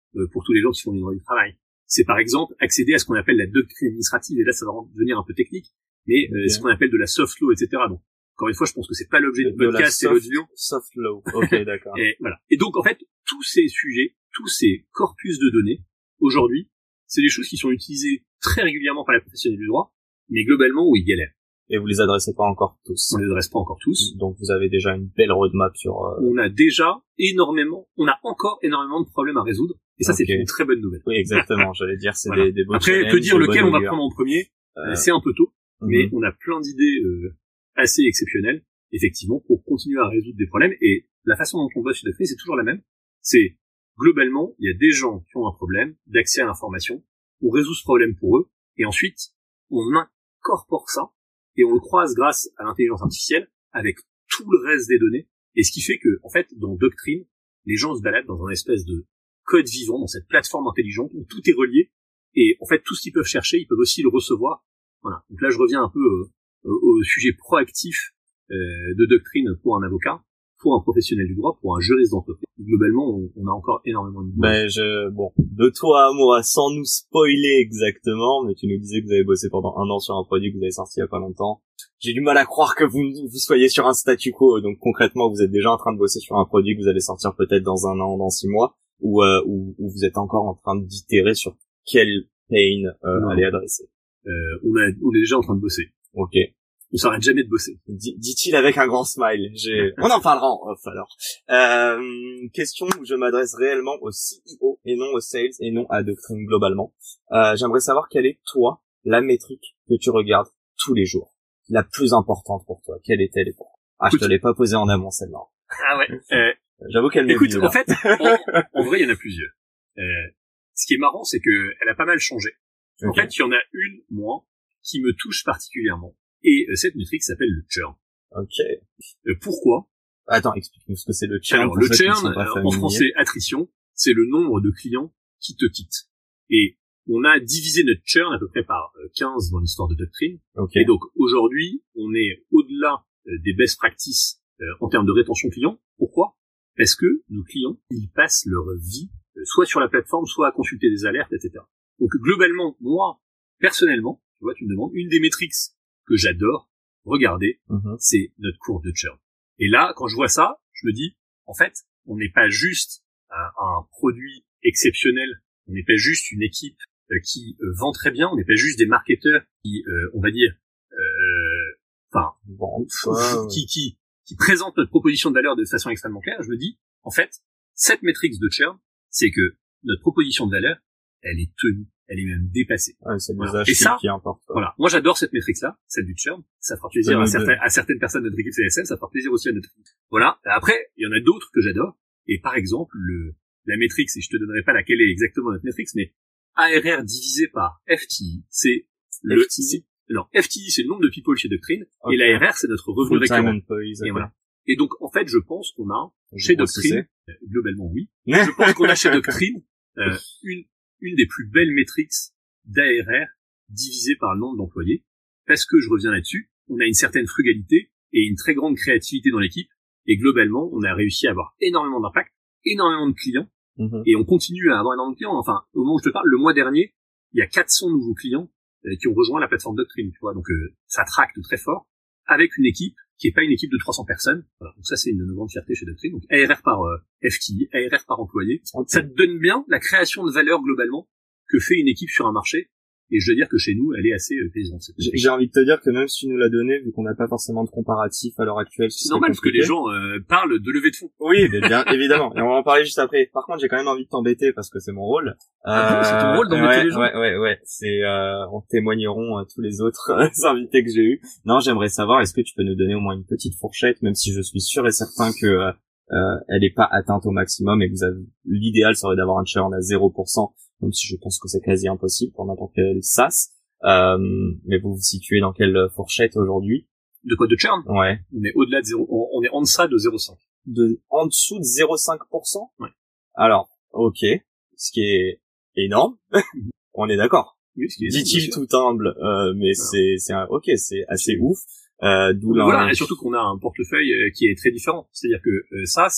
euh, pour tous les gens qui font du droit du travail. C'est par exemple accéder à ce qu'on appelle la doctrine administrative, et là ça va devenir un peu technique, mais euh, okay. ce qu'on appelle de la soft law, et cetera. Donc, encore une fois, je pense que c'est pas l'objet du podcast et l'audio. Soft law. Ok, d'accord. Et voilà. Et donc, en fait, tous ces sujets, tous ces corpus de données, aujourd'hui, c'est des choses qui sont utilisées très régulièrement par les professionnels du droit, mais globalement où ils galèrent. Et vous les adressez pas encore tous. On les adresse pas encore tous. Donc vous avez déjà une belle roadmap sur... Euh... On a déjà énormément, on a encore énormément de problèmes à résoudre. Et ça, okay. c'est une très bonne nouvelle. Oui, exactement. J'allais dire, c'est voilà. des, des beaux Après, challenges. Après, peut dire lequel on va meilleures. prendre en premier, euh... c'est un peu tôt, mm-hmm. mais on a plein d'idées euh, assez exceptionnelles, effectivement, pour continuer à résoudre des problèmes. Et la façon dont on bosse chez Doctrine, c'est toujours la même. C'est, globalement, il y a des gens qui ont un problème d'accès à l'information. On résout ce problème pour eux. Et ensuite, on incorpore ça et on le croise grâce à l'intelligence artificielle avec tout le reste des données. Et ce qui fait que, en fait, dans Doctrine, les gens se baladent dans un espèce de code vivant, dans cette plateforme intelligente où tout est relié. Et en fait, tout ce qu'ils peuvent chercher, ils peuvent aussi le recevoir. Voilà. Donc là, je reviens un peu euh, au sujet proactif euh, de Doctrine pour un avocat, pour un professionnel du droit, pour un juriste d'entreprise. Globalement, on, on a encore énormément de... Ben, je, bon, de toi à moi, sans nous spoiler exactement, mais tu nous disais que vous avez bossé pendant un an sur un produit que vous avez sorti il y a pas longtemps. J'ai du mal à croire que vous, vous soyez sur un statu quo, donc concrètement, vous êtes déjà en train de bosser sur un produit que vous allez sortir peut-être dans un an, dans six mois, ou, euh, ou, ou vous êtes encore en train d'itérer sur quel pain euh, aller adresser. Euh, on, a, on est déjà en train de bosser. Ok. On s'arrête jamais de bosser. D- dit-il avec un grand smile. J'ai... On en parlera en off alors. Euh, question où je m'adresse réellement au C E O et non au sales et non à Doctrine globalement. Euh, j'aimerais savoir quelle est, toi, la métrique que tu regardes tous les jours. La plus importante pour toi. Quelle est-elle et pourquoi? Ah, écoute, je te l'ai pas posée en amont celle-là. Ah ouais. Euh, J'avoue qu'elle m'est Écoute, venue, en fait, en, en vrai, il y en a plusieurs. Euh, ce qui est marrant, c'est que elle a pas mal changé. En okay. fait, il y en a une, moi, qui me touche particulièrement. Et euh, cette métrique s'appelle le churn. Ok. Euh, pourquoi? Attends, explique-nous ce que c'est le churn. Alors, le churn, euh, en français, attrition, c'est le nombre de clients qui te quittent. Et on a divisé notre churn à peu près par quinze dans l'histoire de Doctrine. Okay. Et donc, aujourd'hui, on est au-delà euh, des best practices euh, en termes de rétention client. Pourquoi? Parce que nos clients, ils passent leur vie euh, soit sur la plateforme, soit à consulter des alertes, et cetera. Donc, globalement, moi, personnellement, tu vois, tu me demandes, une des métriques que j'adore regarder, mm-hmm. c'est notre courbe de churn. Et là, quand je vois ça, je me dis, en fait, on n'est pas juste un, un produit exceptionnel, on n'est pas juste une équipe euh, qui euh, vend très bien, on n'est pas juste des marketeurs qui, euh, on va dire, enfin, euh, bon, qui, qui, qui présentent notre proposition de valeur de façon extrêmement claire. Je me dis, en fait, cette métrique de churn, c'est que notre proposition de valeur, elle est tenue. Elle est même dépassée. Ouais, c'est voilà. Et ça, qui importe. Quoi. Voilà. Moi, j'adore cette métrique-là, celle du churn. Ça fera plaisir à, certains, à certaines personnes de notre équipe C S M. Ça fera plaisir aussi à notre équipe. Voilà. Après, il y en a d'autres que j'adore. Et par exemple, le, la métrique, et je te donnerai pas laquelle est exactement notre métrique, mais A R R divisé par F T I, c'est le, F T I? Non, F T I, c'est le nombre de people chez Doctrine. Okay. Et l'A R R, c'est notre revenu récurrent. Et voilà. Et donc, en fait, je pense qu'on a, je chez Doctrine, euh, globalement, oui. je pense qu'on a chez Doctrine, euh, une, une des plus belles métriques d'A R R divisé par le nombre d'employés, parce que je reviens là-dessus, on a une certaine frugalité et une très grande créativité dans l'équipe, et globalement, on a réussi à avoir énormément d'impact, énormément de clients, mm-hmm. et on continue à avoir énormément de clients. Enfin, au moment où je te parle, le mois dernier, il y a quatre cents nouveaux clients euh, qui ont rejoint la plateforme Doctrine, tu vois, donc euh, ça tracte très fort, avec une équipe qui est pas une équipe de trois cents personnes. Voilà, donc ça, c'est une, une grande fierté chez Doctrine. Donc A R R par euh, F T I, A R R par employé, okay. Ça te donne bien la création de valeur globalement que fait une équipe sur un marché, et je dois dire que chez nous, elle est assez euh, plaisante. J'ai envie de te dire que même si tu nous l'as donné, vu qu'on n'a pas forcément de comparatif à l'heure actuelle, c'est normal parce que les gens euh, parlent de levée de fonds. Oui, mais bien évidemment, et on va en parler juste après. Par contre, j'ai quand même envie de t'embêter parce que c'est mon rôle. Ah, euh, c'est ton rôle d'embêter ouais, les gens. Ouais, ouais, ouais. C'est, euh, on témoigneront à tous les autres invités que j'ai eus. Non, j'aimerais savoir, est-ce que tu peux nous donner au moins une petite fourchette, même si je suis sûr et certain que euh, euh, elle n'est pas atteinte au maximum et que vous avez, l'idéal serait d'avoir un churn à zéro pour cent. Même si je pense que c'est quasi impossible pour n'importe quel SaaS. Euh, mais vous vous situez dans quelle fourchette aujourd'hui? De quoi, de churn? Ouais. On est au-delà de zéro, on, on est en deçà de zéro virgule cinq. De, en dessous de zéro virgule cinq pour cent? Ouais. Alors, ok. Ce qui est énorme. On est d'accord. Oui, ce qui est dit-il tout humble, euh, mais voilà. c'est, c'est un, ok, c'est assez c'est... ouf. Euh, d'où voilà, et surtout qu'on a un portefeuille qui est très différent. C'est-à-dire que euh, ça, c'est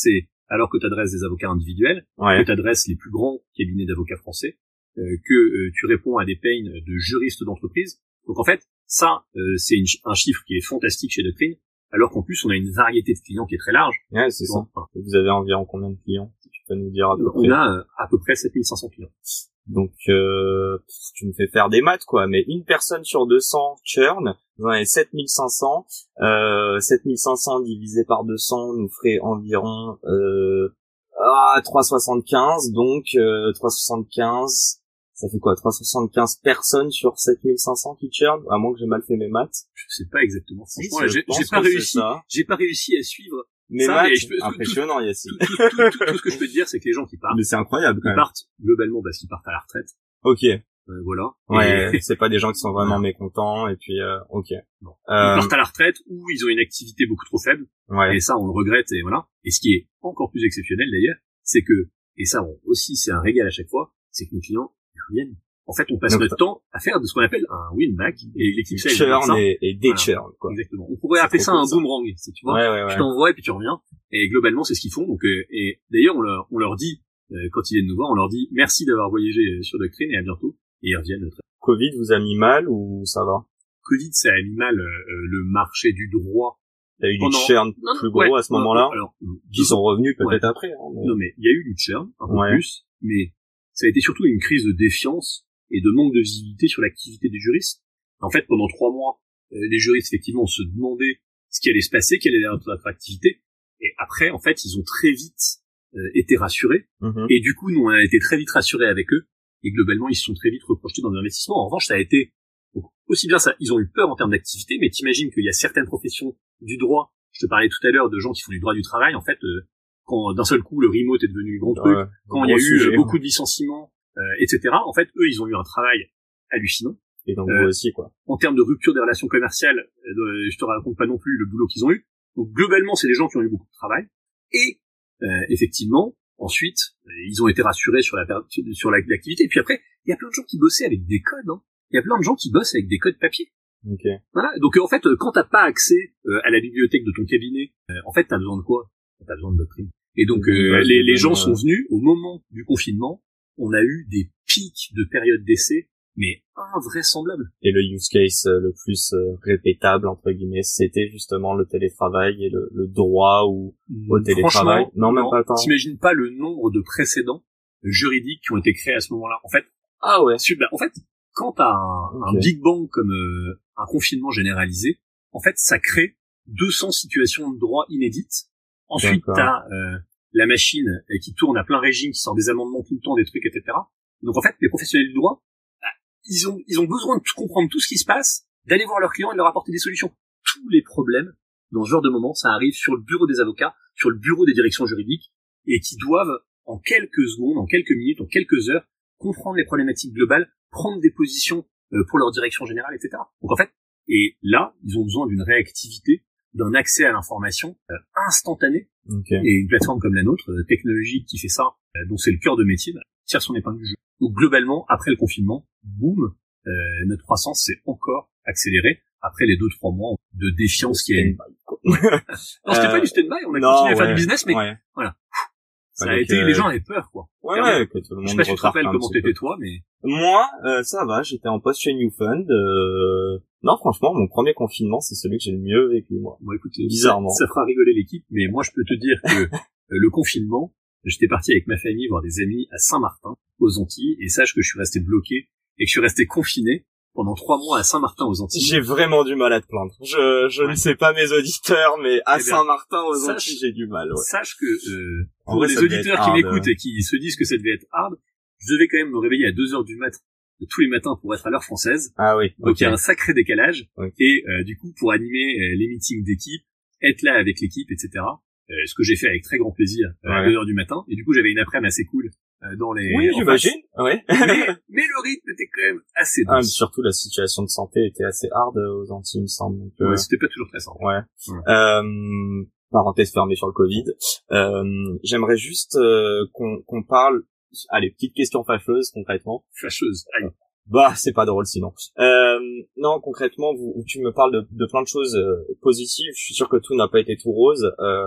alors que t'adresses des avocats individuels, ouais. que t'adresses les plus grands cabinets d'avocats français, euh, que euh, tu réponds à des pains de juristes d'entreprise. Donc en fait, ça, euh, c'est une, un chiffre qui est fantastique chez Doctrine, alors qu'en plus, on a une variété de clients qui est très large. Ouais, c'est ça. Voilà. Vous avez environ combien de clients, si tu peux nous dire à peu on près? On a euh, à peu près sept mille cinq cents clients. Donc, euh, tu me fais faire des maths, quoi. Mais une personne sur deux cents churn, vous en avez sept mille cinq cents. Euh, sept mille cinq cents divisé par deux cents nous ferait environ euh, ah, trois cent soixante-quinze. Donc, euh, trois cent soixante-quinze, ça fait quoi? trois cent soixante-quinze personnes sur sept mille cinq cents qui churn, à moins que j'ai mal fait mes maths. Je sais pas exactement. Si, Franchement, j'ai, j'ai pas réussi. J'ai pas réussi à suivre. Mais ça, maths, mais je peux, impressionnant, tout, Yacine. Tout, tout, tout, tout, tout ce que je peux te dire, c'est que les gens qui partent, mais c'est incroyable, quand ils même. partent globalement parce qu'ils partent à la retraite. Ok. Euh, voilà. Ouais, et... c'est pas des gens qui sont vraiment mécontents, et puis, euh, ok. Bon. Euh... Ils partent à la retraite ou ils ont une activité beaucoup trop faible. Ouais. Et ça, on le regrette, et voilà. Et ce qui est encore plus exceptionnel, d'ailleurs, c'est que, et ça on, aussi, c'est un régal à chaque fois, c'est que nos clients, ils reviennent. En fait, on passe Donc, notre temps à faire de ce qu'on appelle un win-back, et l'équipe sales, churn et, et des churn, voilà. Quoi. Exactement. On pourrait appeler ça un ça. boomerang, tu vois. Ouais, ouais, ouais. Je t'envoie et puis tu reviens. Et globalement, c'est ce qu'ils font. Donc, euh, et d'ailleurs, on leur, on leur dit, euh, quand ils viennent nous voir, on leur dit merci d'avoir voyagé sur Doctrine et à bientôt. Et ils reviennent. Très... Covid vous a mis mal ou ça va? Covid, ça a mis mal euh, le marché du droit. T'as eu du churn non, plus gros ouais, à ce moment-là, alors, qui sont revenus peut-être ouais. après. Hein, mais... Non, mais il y a eu du churn, un peu ouais. plus, mais ça a été surtout une crise de défiance et de manque de visibilité sur l'activité des juristes. En fait, pendant trois mois, euh, les juristes, effectivement, se demandaient ce qui allait se passer, quelle allait être notre activité, et après, en fait, ils ont très vite euh, été rassurés, mm-hmm. et du coup, nous, on a été très vite rassurés avec eux, et globalement, ils se sont très vite reprojetés dans l'investissement. En revanche, ça a été donc, aussi bien ça, ils ont eu peur en termes d'activité, mais t'imagines qu'il y a certaines professions du droit, je te parlais tout à l'heure de gens qui font du droit du travail, en fait, euh, quand d'un seul coup, le remote est devenu le grand truc, ouais, quand il y a eu sujet, beaucoup ouais. de licenciements, Euh, et cetera. En fait, eux, ils ont eu un travail hallucinant. Et donc euh, vous aussi, quoi. En termes de rupture des relations commerciales, euh, je te raconte pas non plus le boulot qu'ils ont eu. Donc globalement, c'est des gens qui ont eu beaucoup de travail. Et euh, effectivement, ensuite, ils ont été rassurés sur la sur l'activité. Et puis après, il y a plein de gens qui bossaient avec des codes. Hein. Il y a plein de gens qui bossent avec des codes papier. Okay. Voilà. Donc euh, en fait, quand t'as pas accès euh, à la bibliothèque de ton cabinet, euh, en fait, t'as besoin de quoi? T'as besoin de Doctrine. Et donc euh, ouais, les, les gens sont venus au moment du confinement. On a eu des pics de période d'essai, mais invraisemblables. Et le use case le plus euh, répétable, entre guillemets, c'était justement le télétravail et le, le droit ou mmh, au télétravail. Non, même non, pas le temps. T'imagines pas le nombre de précédents juridiques qui ont été créés à ce moment-là. En fait, ah ouais. Super. En fait, quand t'as un, okay. un big bang comme euh, un confinement généralisé, en fait, ça crée deux cents situations de droit inédites. Ensuite, D'accord. t'as euh, la machine qui tourne à plein régime, qui sort des amendements tout le temps, des trucs, et cetera. Donc en fait, les professionnels du droit, ils ont ils ont besoin de comprendre tout ce qui se passe, d'aller voir leurs clients et de leur apporter des solutions. Tous les problèmes, dans ce genre de moment, ça arrive sur le bureau des avocats, sur le bureau des directions juridiques, et qui doivent, en quelques secondes, en quelques minutes, en quelques heures, comprendre les problématiques globales, prendre des positions pour leur direction générale, et cetera. Donc en fait, et là, ils ont besoin d'une réactivité, d'un accès à l'information euh, instantané. Okay. Et une plateforme comme la nôtre, euh, technologique, qui fait ça, euh, dont c'est le cœur de métier, bah, tire son épingle du jeu. Donc globalement, après le confinement, boum, euh, notre croissance s'est encore accélérée après les deux trois mois de défiance qui a eu. Non, c'était euh, pas du stand-by, on a non, continué à ouais, faire du business, mais ouais. voilà. Ça ouais, a été, euh... les gens avaient peur, quoi. Ouais, ouais, que tout le monde je sais pas si tu te rappelles comment t'étais toi, mais... Moi, euh, ça va, j'étais en poste chez Newfund, euh... non, franchement, mon premier confinement, c'est celui que j'ai le mieux vécu, moi. Bon, écoute, bizarrement. Ça, ça fera rigoler l'équipe, mais moi, je peux te dire que le confinement, j'étais parti avec ma famille voir des amis à Saint-Martin, aux Antilles, et sache que je suis resté bloqué, et que je suis resté confiné pendant trois mois à Saint-Martin aux Antilles. J'ai vraiment du mal à te plaindre. Je, je ouais. ne sais pas mes auditeurs, mais à eh bien, Saint-Martin aux sache, Antilles, j'ai du mal, ouais. Sache que, euh, pour vrai, les auditeurs qui m'écoutent et qui se disent que ça devait être hard, je devais quand même me réveiller à deux heures du mat, tous les matins pour être à l'heure française. Ah oui. Donc okay. il y a un sacré décalage. Okay. Et, euh, du coup, pour animer euh, les meetings d'équipe, être là avec l'équipe, et cetera. Euh, ce que j'ai fait avec très grand plaisir, euh, ouais. à deux heures du matin. Et du coup, j'avais une après-midi assez cool. Euh, dans les oui j'imagine ouais mais, mais le rythme était quand même assez dense. Ah, mais surtout la situation de santé était assez hard aux Antilles, il me semble, donc euh... ouais, c'était pas toujours très simple. Ouais, ouais. Euh, parenthèse fermée sur le Covid. Euh, j'aimerais juste euh, qu'on qu'on parle, allez, petite question fâcheuse concrètement. Fâcheuse, aïe. Bah, c'est pas drôle sinon. Euh, non, concrètement, vous, tu me parles de, de plein de choses euh, positives. Je suis sûr que tout n'a pas été tout rose. Euh,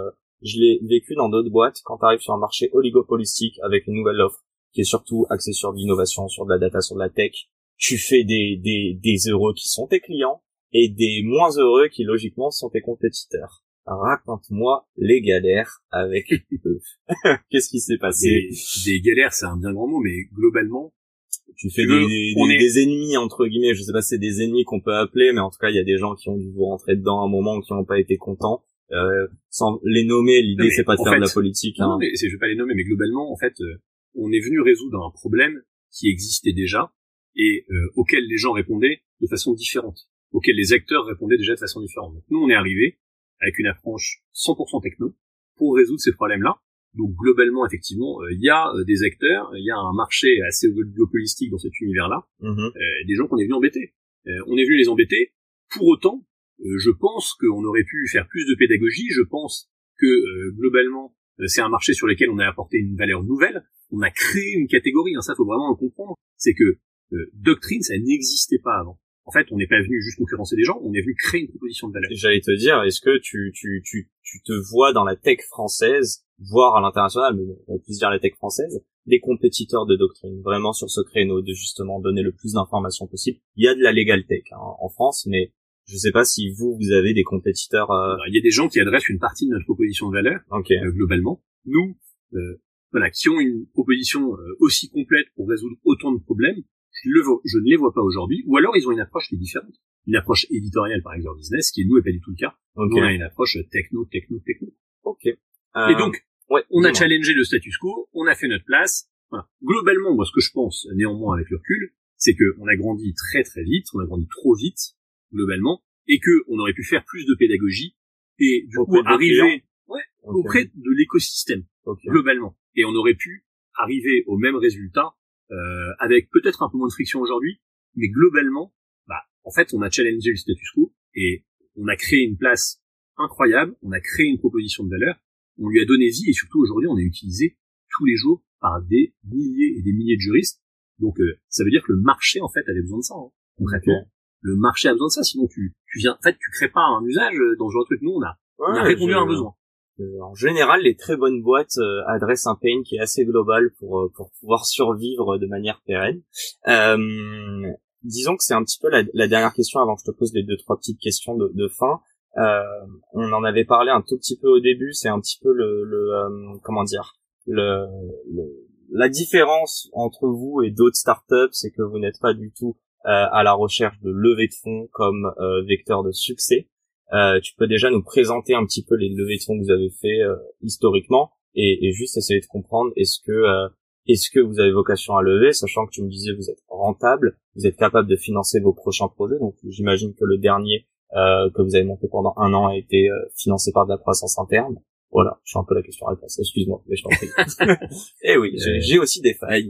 je l'ai vécu dans d'autres boîtes. Quand tu arrives sur un marché oligopolistique avec une nouvelle offre qui est surtout axée sur l'innovation, sur de la data, sur de la tech, tu fais des des des heureux qui sont tes clients et des moins heureux qui logiquement sont tes compétiteurs. Raconte-moi les galères avec eux. Qu'est-ce qui s'est passé? Des, des galères, c'est un bien grand mot, mais globalement, tu fais des, des, des, est... des ennemis entre guillemets. Je sais pas si c'est des ennemis qu'on peut appeler, mais en tout cas, il y a des gens qui ont dû vous rentrer dedans à un moment qui n'ont pas été contents. Euh, sans les nommer, l'idée non, c'est pas de faire fait, de la politique. Non, hein. mais c'est, je vais pas les nommer, mais globalement, en fait, euh, on est venu résoudre un problème qui existait déjà et euh, auquel les gens répondaient de façon différente, auquel les acteurs répondaient déjà de façon différente. Donc, nous, on est arrivé avec une approche cent pour cent techno pour résoudre ces problèmes-là. Donc globalement, effectivement, il euh, y a euh, des acteurs, il y a un marché assez oligopolistique dans cet univers-là, mm-hmm. euh, des gens qu'on est venu embêter. Euh, on est venu les embêter. Pour autant, euh, je pense qu'on aurait pu faire plus de pédagogie. Je pense que euh, globalement, euh, c'est un marché sur lequel on a apporté une valeur nouvelle. On a créé une catégorie. Hein, ça, faut vraiment le comprendre. C'est que euh, doctrine, ça n'existait pas avant. En fait, on n'est pas venu juste concurrencer des gens, on est venu créer une proposition de valeur. J'allais te dire, est-ce que tu, tu, tu, tu te vois dans la tech française, voire à l'international, mais on peut dire la tech française, des compétiteurs de doctrine, vraiment sur ce créneau de justement donner le plus d'informations possible. Il y a de la legal tech hein, en France, mais je sais pas si vous, vous avez des compétiteurs... Euh... Alors, il y a des gens qui adressent une partie de notre proposition de valeur, okay. euh, globalement. Nous, euh, voilà, qui ont une proposition euh, aussi complète pour résoudre autant de problèmes, Je, le vois, je ne les vois pas aujourd'hui, ou alors ils ont une approche qui est différente. Une approche éditoriale par exemple business, qui nous est pas du tout le cas. Okay. On a une approche techno, techno, techno. Ok. Euh, Et donc, ouais, on a challengé le status quo, on a fait notre place. Voilà. Globalement, moi ce que je pense, néanmoins avec le recul, c'est que on a grandi très très vite, on a grandi trop vite, globalement, et que on aurait pu faire plus de pédagogie, et du auprès coup arriver ouais, okay. auprès de l'écosystème, okay. globalement. Et on aurait pu arriver au même résultat Euh, avec peut-être un peu moins de friction aujourd'hui, mais globalement, bah, en fait, on a challengé le status quo et on a créé une place incroyable, on a créé une proposition de valeur, on lui a donné vie et surtout aujourd'hui, on est utilisé tous les jours par des milliers et des milliers de juristes. Donc, euh, ça veut dire que le marché, en fait, avait besoin de ça, hein, concrètement. Okay. Le marché a besoin de ça, sinon tu, tu viens, en fait, tu crées pas un usage dans ce genre de truc. Nous, on a, ouais, on a répondu je... à un besoin. En général, les très bonnes boîtes euh, adressent un pain qui est assez global pour euh, pour pouvoir survivre de manière pérenne. Euh, disons que c'est un petit peu la, la dernière question avant que je te pose les deux trois petites questions de, de fin. Euh, on en avait parlé un tout petit peu au début. C'est un petit peu le, le euh, comment dire le, le la différence entre vous et d'autres startups, c'est que vous n'êtes pas du tout euh, à la recherche de levée de fonds comme euh, vecteur de succès. Euh, tu peux déjà nous présenter un petit peu les levées de fonds que vous avez fait euh, historiquement et, et juste essayer de comprendre est-ce que euh, est-ce que vous avez vocation à lever, sachant que tu me disais vous êtes rentable, vous êtes capable de financer vos prochains projets. Donc j'imagine que le dernier euh, que vous avez monté pendant un an a été euh, financé par de la croissance interne. Voilà, je suis un peu la question-réponse. Excuse-moi, mais je t'en prie. Eh oui, j'ai, j'ai aussi des failles.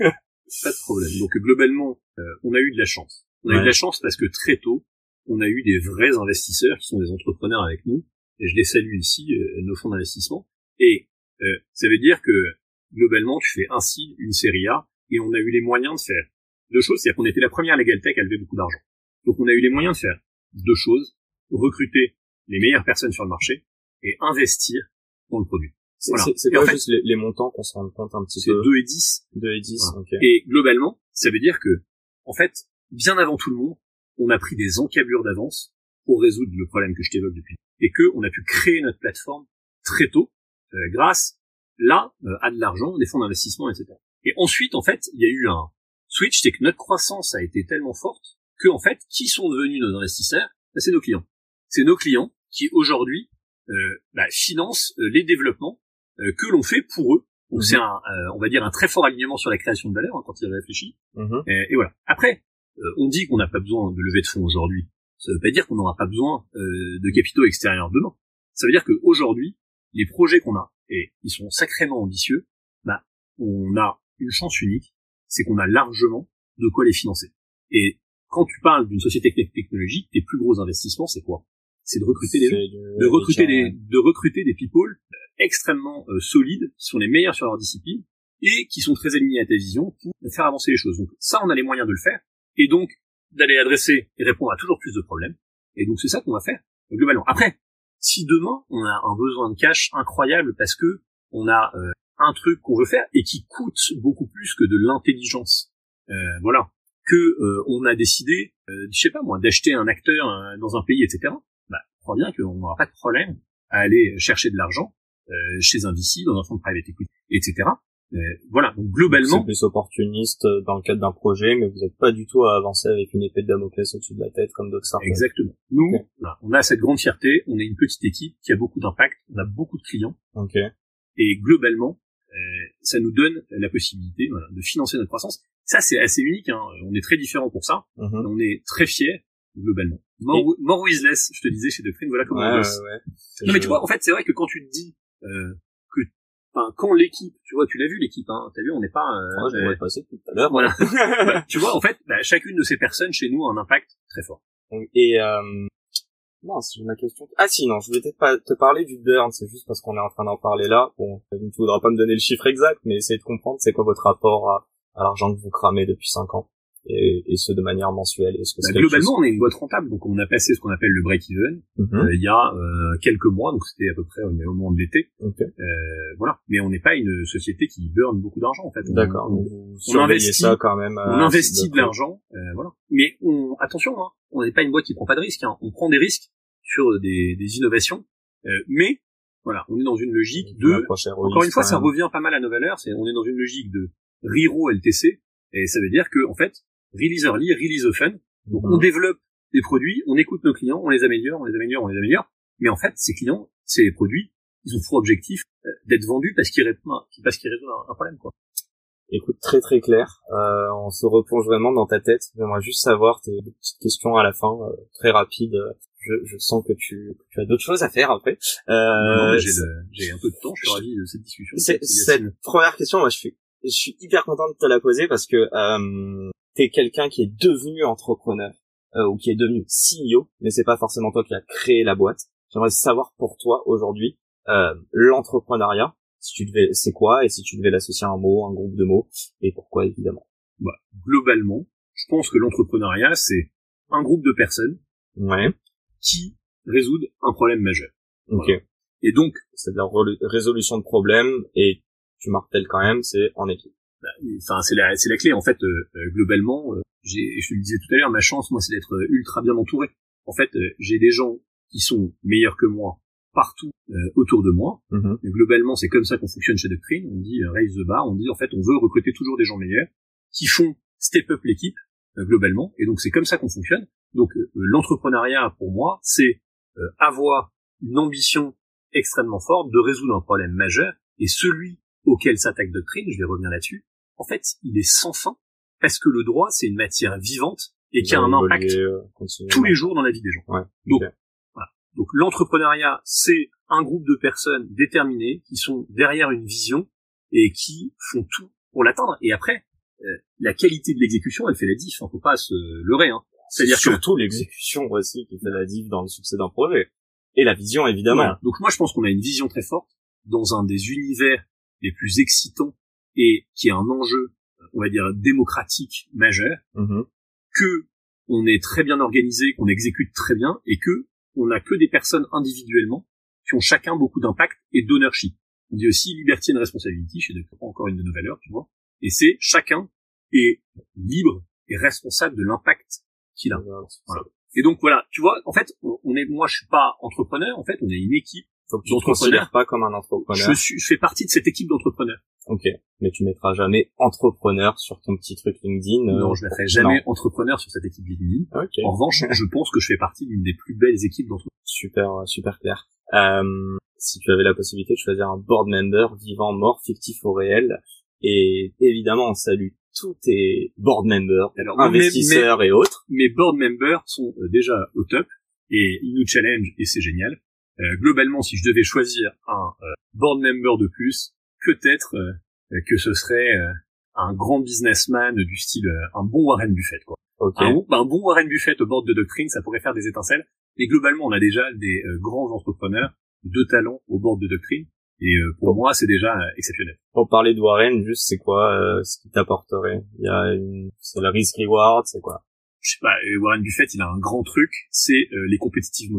Pas de problème. Donc globalement, euh, on a eu de la chance. On a ouais. eu de la chance parce que très tôt, on a eu des vrais investisseurs qui sont des entrepreneurs avec nous, et je les salue ici, euh, nos fonds d'investissement. Et euh, ça veut dire que globalement, tu fais ainsi une série A, et on a eu les moyens de faire deux choses. C'est-à-dire qu'on était la première Legal Tech à lever beaucoup d'argent. Donc on a eu les moyens de faire deux choses: recruter les meilleures personnes sur le marché et investir dans le produit. C'est, voilà. c'est, c'est quoi en fait, juste les, les montants qu'on se rend compte un petit c'est peu? C'est deux et dix. deux et dix, voilà. Ok. Et globalement, ça veut dire que, en fait, bien avant tout le monde, on a pris des encablures d'avance pour résoudre le problème que je t'évoque depuis. Et que on a pu créer notre plateforme très tôt, euh, grâce, là, euh, à de l'argent, des fonds d'investissement, et cetera. Et ensuite, en fait, il y a eu un switch, c'est que notre croissance a été tellement forte que, en fait, qui sont devenus nos investisseurs? Ben, c'est nos clients. C'est nos clients qui, aujourd'hui, euh, bah, financent euh, les développements euh, que l'on fait pour eux. Donc, mmh. c'est un, euh, on va dire, un très fort alignement sur la création de valeur, hein, quand il réfléchit. Mmh. Et, et voilà. Après, Euh, on dit qu'on n'a pas besoin de lever de fonds aujourd'hui. Ça veut pas dire qu'on n'aura pas besoin euh, de capitaux extérieurs demain. Ça veut dire qu'aujourd'hui, les projets qu'on a, et ils sont sacrément ambitieux, bah, on a une chance unique, c'est qu'on a largement de quoi les financer. Et quand tu parles d'une société technologique, tes plus gros investissements, c'est quoi? C'est de recruter des gens, de, de recruter des, de recruter des people extrêmement euh, solides, qui sont les meilleurs sur leur discipline, et qui sont très alignés à ta vision pour faire avancer les choses. Donc ça, on a les moyens de le faire. Et donc, d'aller adresser et répondre à toujours plus de problèmes. Et donc, c'est ça qu'on va faire, globalement. Après, si demain on a un besoin de cash incroyable parce que on a euh, un truc qu'on veut faire et qui coûte beaucoup plus que de l'intelligence, euh, voilà, que euh, on a décidé, euh, je sais pas moi, d'acheter un acteur euh, dans un pays, et cetera. Bah, crois bien qu'on n'aura pas de problème à aller chercher de l'argent euh, chez un V C, dans un fonds de private equity, et cetera. Euh, voilà, donc globalement... C'est plus opportuniste dans le cadre d'un projet, mais vous n'êtes pas du tout à avancer avec une épée de Damoclès au-dessus de la tête comme d'autres startups. Exactement. Nous, okay. Voilà, on a cette grande fierté, on est une petite équipe qui a beaucoup d'impact, on a beaucoup de clients, okay. Et globalement, euh, ça nous donne la possibilité voilà, de financer notre croissance. Ça, c'est assez unique, hein. On est très différents pour ça, mm-hmm. On est très fiers, globalement. More, Et... more with less, je te disais chez Doctrine, voilà comment ouais, on bosse. Ouais, ouais. Non, mais tu vois, en fait, c'est vrai que quand tu te dis... Euh, Enfin, quand l'équipe, tu vois, tu l'as vu l'équipe, hein, t'as vu, on n'est pas. Euh, ouais, je l'ai euh, passé tout à l'heure. Voilà. Bah, tu vois, en fait, bah, chacune de ces personnes chez nous a un impact très fort. Et euh, non, c'est ma question. Ah si, non, je voulais peut-être pas te parler du burn. C'est juste parce qu'on est en train d'en parler là. Bon, tu voudras pas me donner le chiffre exact, mais essayer de comprendre, c'est quoi votre rapport à, à l'argent que vous cramez depuis cinq ans. Et, et ce de manière mensuelle. Est-ce que c'est bah, globalement, chose... on est une boîte rentable, donc on a passé ce qu'on appelle le break-even mm-hmm. euh, il y a euh, quelques mois, donc c'était à peu près au moment de l'été. Okay. Euh, voilà, mais on n'est pas une société qui burn beaucoup d'argent en fait. On, D'accord. On, vous on investit ça quand même. On investit de l'argent, euh, voilà. Mais on, attention, hein, on n'est pas une boîte qui prend pas de risques. Hein. On prend des risques sur des, des innovations, euh, mais voilà, on est dans une logique de. Encore une fois, ça revient pas mal à nos valeurs. C'est, on est dans une logique de R I R O L T C, et ça veut dire que en fait. Release early, release often. Donc, mmh. on développe des produits, on écoute nos clients, on les améliore, on les améliore, on les améliore. Mais en fait, ces clients, ces produits, ils ont pour objectif euh, d'être vendus parce qu'ils répondent, parce qu'ils résolvent un, un problème, quoi. Écoute, très très clair. Euh, on se replonge vraiment dans ta tête. J'aimerais juste savoir tes petites questions à la fin, euh, très rapides. Je, je sens que tu, que tu as d'autres choses à faire après. Euh, non, non, j'ai, le, j'ai un peu de temps. Je suis ravi de cette discussion. C'est, cette première question, moi, je suis, je suis hyper content de te la poser parce que euh, t'es quelqu'un qui est devenu entrepreneur euh, ou qui est devenu C E O, mais c'est pas forcément toi qui as créé la boîte. J'aimerais savoir pour toi aujourd'hui euh, l'entrepreneuriat, si tu devais, c'est quoi, et si tu devais l'associer à un mot, un groupe de mots, et pourquoi évidemment. Bah, globalement, je pense que l'entrepreneuriat c'est un groupe de personnes ouais. qui résoudent un problème majeur. Ok. Voilà. Et donc, c'est de la re- résolution de problème, et tu martèles quand même, c'est en équipe. Enfin, c'est la, c'est la clé. En fait, euh, globalement, euh, j'ai, je te le disais tout à l'heure, ma chance, moi, c'est d'être ultra bien entouré. En fait, euh, j'ai des gens qui sont meilleurs que moi partout euh, autour de moi. Mm-hmm. Et globalement, c'est comme ça qu'on fonctionne chez Doctrine. On dit euh, raise the bar. On dit en fait, on veut recruter toujours des gens meilleurs qui font step up l'équipe euh, globalement. Et donc, c'est comme ça qu'on fonctionne. Donc, euh, l'entrepreneuriat pour moi, c'est euh, avoir une ambition extrêmement forte de résoudre un problème majeur. Et celui auquel s'attaque Doctrine, je vais revenir là-dessus, en fait, il est sans fin, parce que le droit, c'est une matière vivante et qui a un impact euh, tous les jours dans la vie des gens. Ouais, donc, okay. Voilà. Donc, l'entrepreneuriat, c'est un groupe de personnes déterminées qui sont derrière une vision et qui font tout pour l'atteindre. Et après, euh, la qualité de l'exécution, elle fait la diff. Hein, faut pas se leurrer. Hein. C'est-à-dire c'est surtout que... l'exécution aussi qui fait la diff dans le succès d'un projet. Et la vision, évidemment. Voilà. Donc, moi, je pense qu'on a une vision très forte dans un des univers les plus excitants et qui est un enjeu, on va dire, démocratique majeur, mm-hmm. que on est très bien organisé, qu'on exécute très bien, et que on n'a que des personnes individuellement qui ont chacun beaucoup d'impact et d'ownership. On dit aussi liberty and responsibility, chez Doctrine, encore une de nos valeurs, tu vois. Et c'est chacun est libre et responsable de l'impact qu'il a. Voilà. Et donc voilà, tu vois, en fait, on est, moi, je suis pas entrepreneur, en fait, on est une équipe. Donc tu ne te considères pas comme un entrepreneur. Je suis, je fais partie de cette équipe d'entrepreneurs. Ok, mais tu mettras jamais entrepreneur sur ton petit truc LinkedIn. Non, je ne mettrai jamais non. entrepreneur sur cette équipe LinkedIn. Okay. En revanche, je pense que je fais partie d'une des plus belles équipes d'entrepreneurs. Super, super clair. Euh, si tu avais la possibilité de choisir un board member vivant, mort, fictif ou réel, et évidemment on salue tous tes board members, alors investisseurs mes, mes, et autres. Mes board members sont euh, déjà au top et ils nous challenge et c'est génial. Euh, globalement, si je devais choisir un euh, board member de plus, peut-être euh, que ce serait euh, un grand businessman du style euh, un bon Warren Buffett, quoi. Okay. Un, bah, un bon Warren Buffett au board de Doctrine, ça pourrait faire des étincelles. Mais globalement, on a déjà des euh, grands entrepreneurs de talent au board de Doctrine. Et euh, pour bon. moi, c'est déjà euh, exceptionnel. Pour parler de Warren, juste, c'est quoi euh, ce qui t'apporterait? Il y a une, c'est le risk reward, c'est quoi? Je sais pas. Warren Buffett, il a un grand truc, c'est euh, les competitive modes.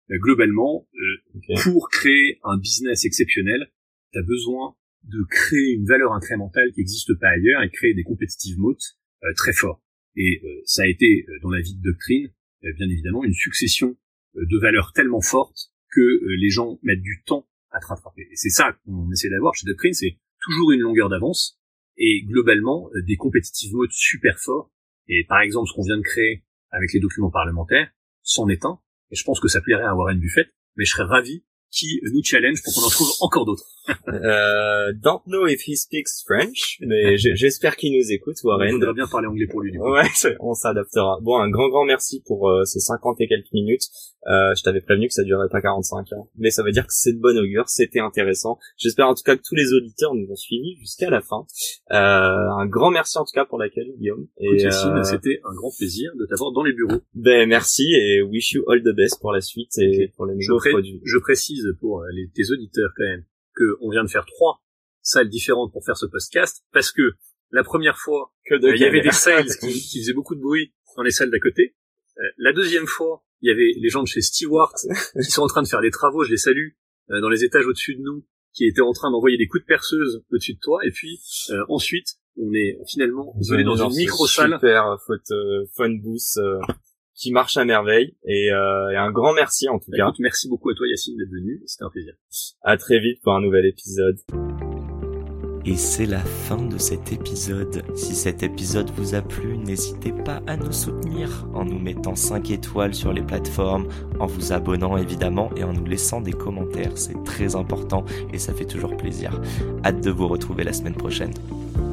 euh, globalement, euh, Okay. pour créer un business exceptionnel, tu as besoin de créer une valeur incrémentale qui n'existe pas ailleurs et créer des competitive moats euh, très forts. Et euh, ça a été, euh, dans la vie de Doctrine, euh, bien évidemment, une succession euh, de valeurs tellement fortes que euh, les gens mettent du temps à te rattraper. Et c'est ça qu'on essaie d'avoir chez Doctrine, c'est toujours une longueur d'avance et globalement euh, des competitive moats super forts. Et par exemple, ce qu'on vient de créer avec les documents parlementaires, c'en est un. Et je pense que ça plairait à Warren Buffett, mais je serais ravi qui nous challenge pour qu'on en trouve encore d'autres. euh, don't know if he speaks French, mais j'espère qu'il nous écoute, Warren. Il faudrait bien parler anglais pour lui, du coup. Ouais, on s'adaptera. Bon, un grand, grand merci pour euh, ces cinquante et quelques minutes. Euh, je t'avais prévenu que ça durerait pas quarante-cinq ans, mais ça veut dire que c'est de bonne augure, c'était intéressant. J'espère en tout cas que tous les auditeurs nous ont suivis jusqu'à la fin. Euh, un grand merci en tout cas pour l'accueil, Guillaume. Et Yacine, euh... c'était un grand plaisir de t'avoir dans les bureaux. Ben merci et wish you all the best pour la suite et okay. pour les nouveaux je pré- produits. Je précise pour les, tes auditeurs quand même que on vient de faire trois salles différentes pour faire ce podcast parce que la première fois il euh, y avait des sales qui, qui faisaient beaucoup de bruit dans les salles d'à côté. Euh, la deuxième fois il y avait les gens de chez Stewart qui sont en train de faire des travaux, je les salue, euh, dans les étages au-dessus de nous, qui étaient en train d'envoyer des coups de perceuse au-dessus de toi, et puis euh, ensuite on est finalement isolé dans une micro-salle. Super faute, euh, phone booth euh, qui marche à merveille, et, euh, et un grand merci en tout bah, cas. Écoute, merci beaucoup à toi Yacine d'être venu, c'était un plaisir. À très vite pour un nouvel épisode. Et c'est la fin de cet épisode. Si cet épisode vous a plu, n'hésitez pas à nous soutenir en nous mettant cinq étoiles sur les plateformes, en vous abonnant évidemment et en nous laissant des commentaires. C'est très important et ça fait toujours plaisir. Hâte de vous retrouver la semaine prochaine.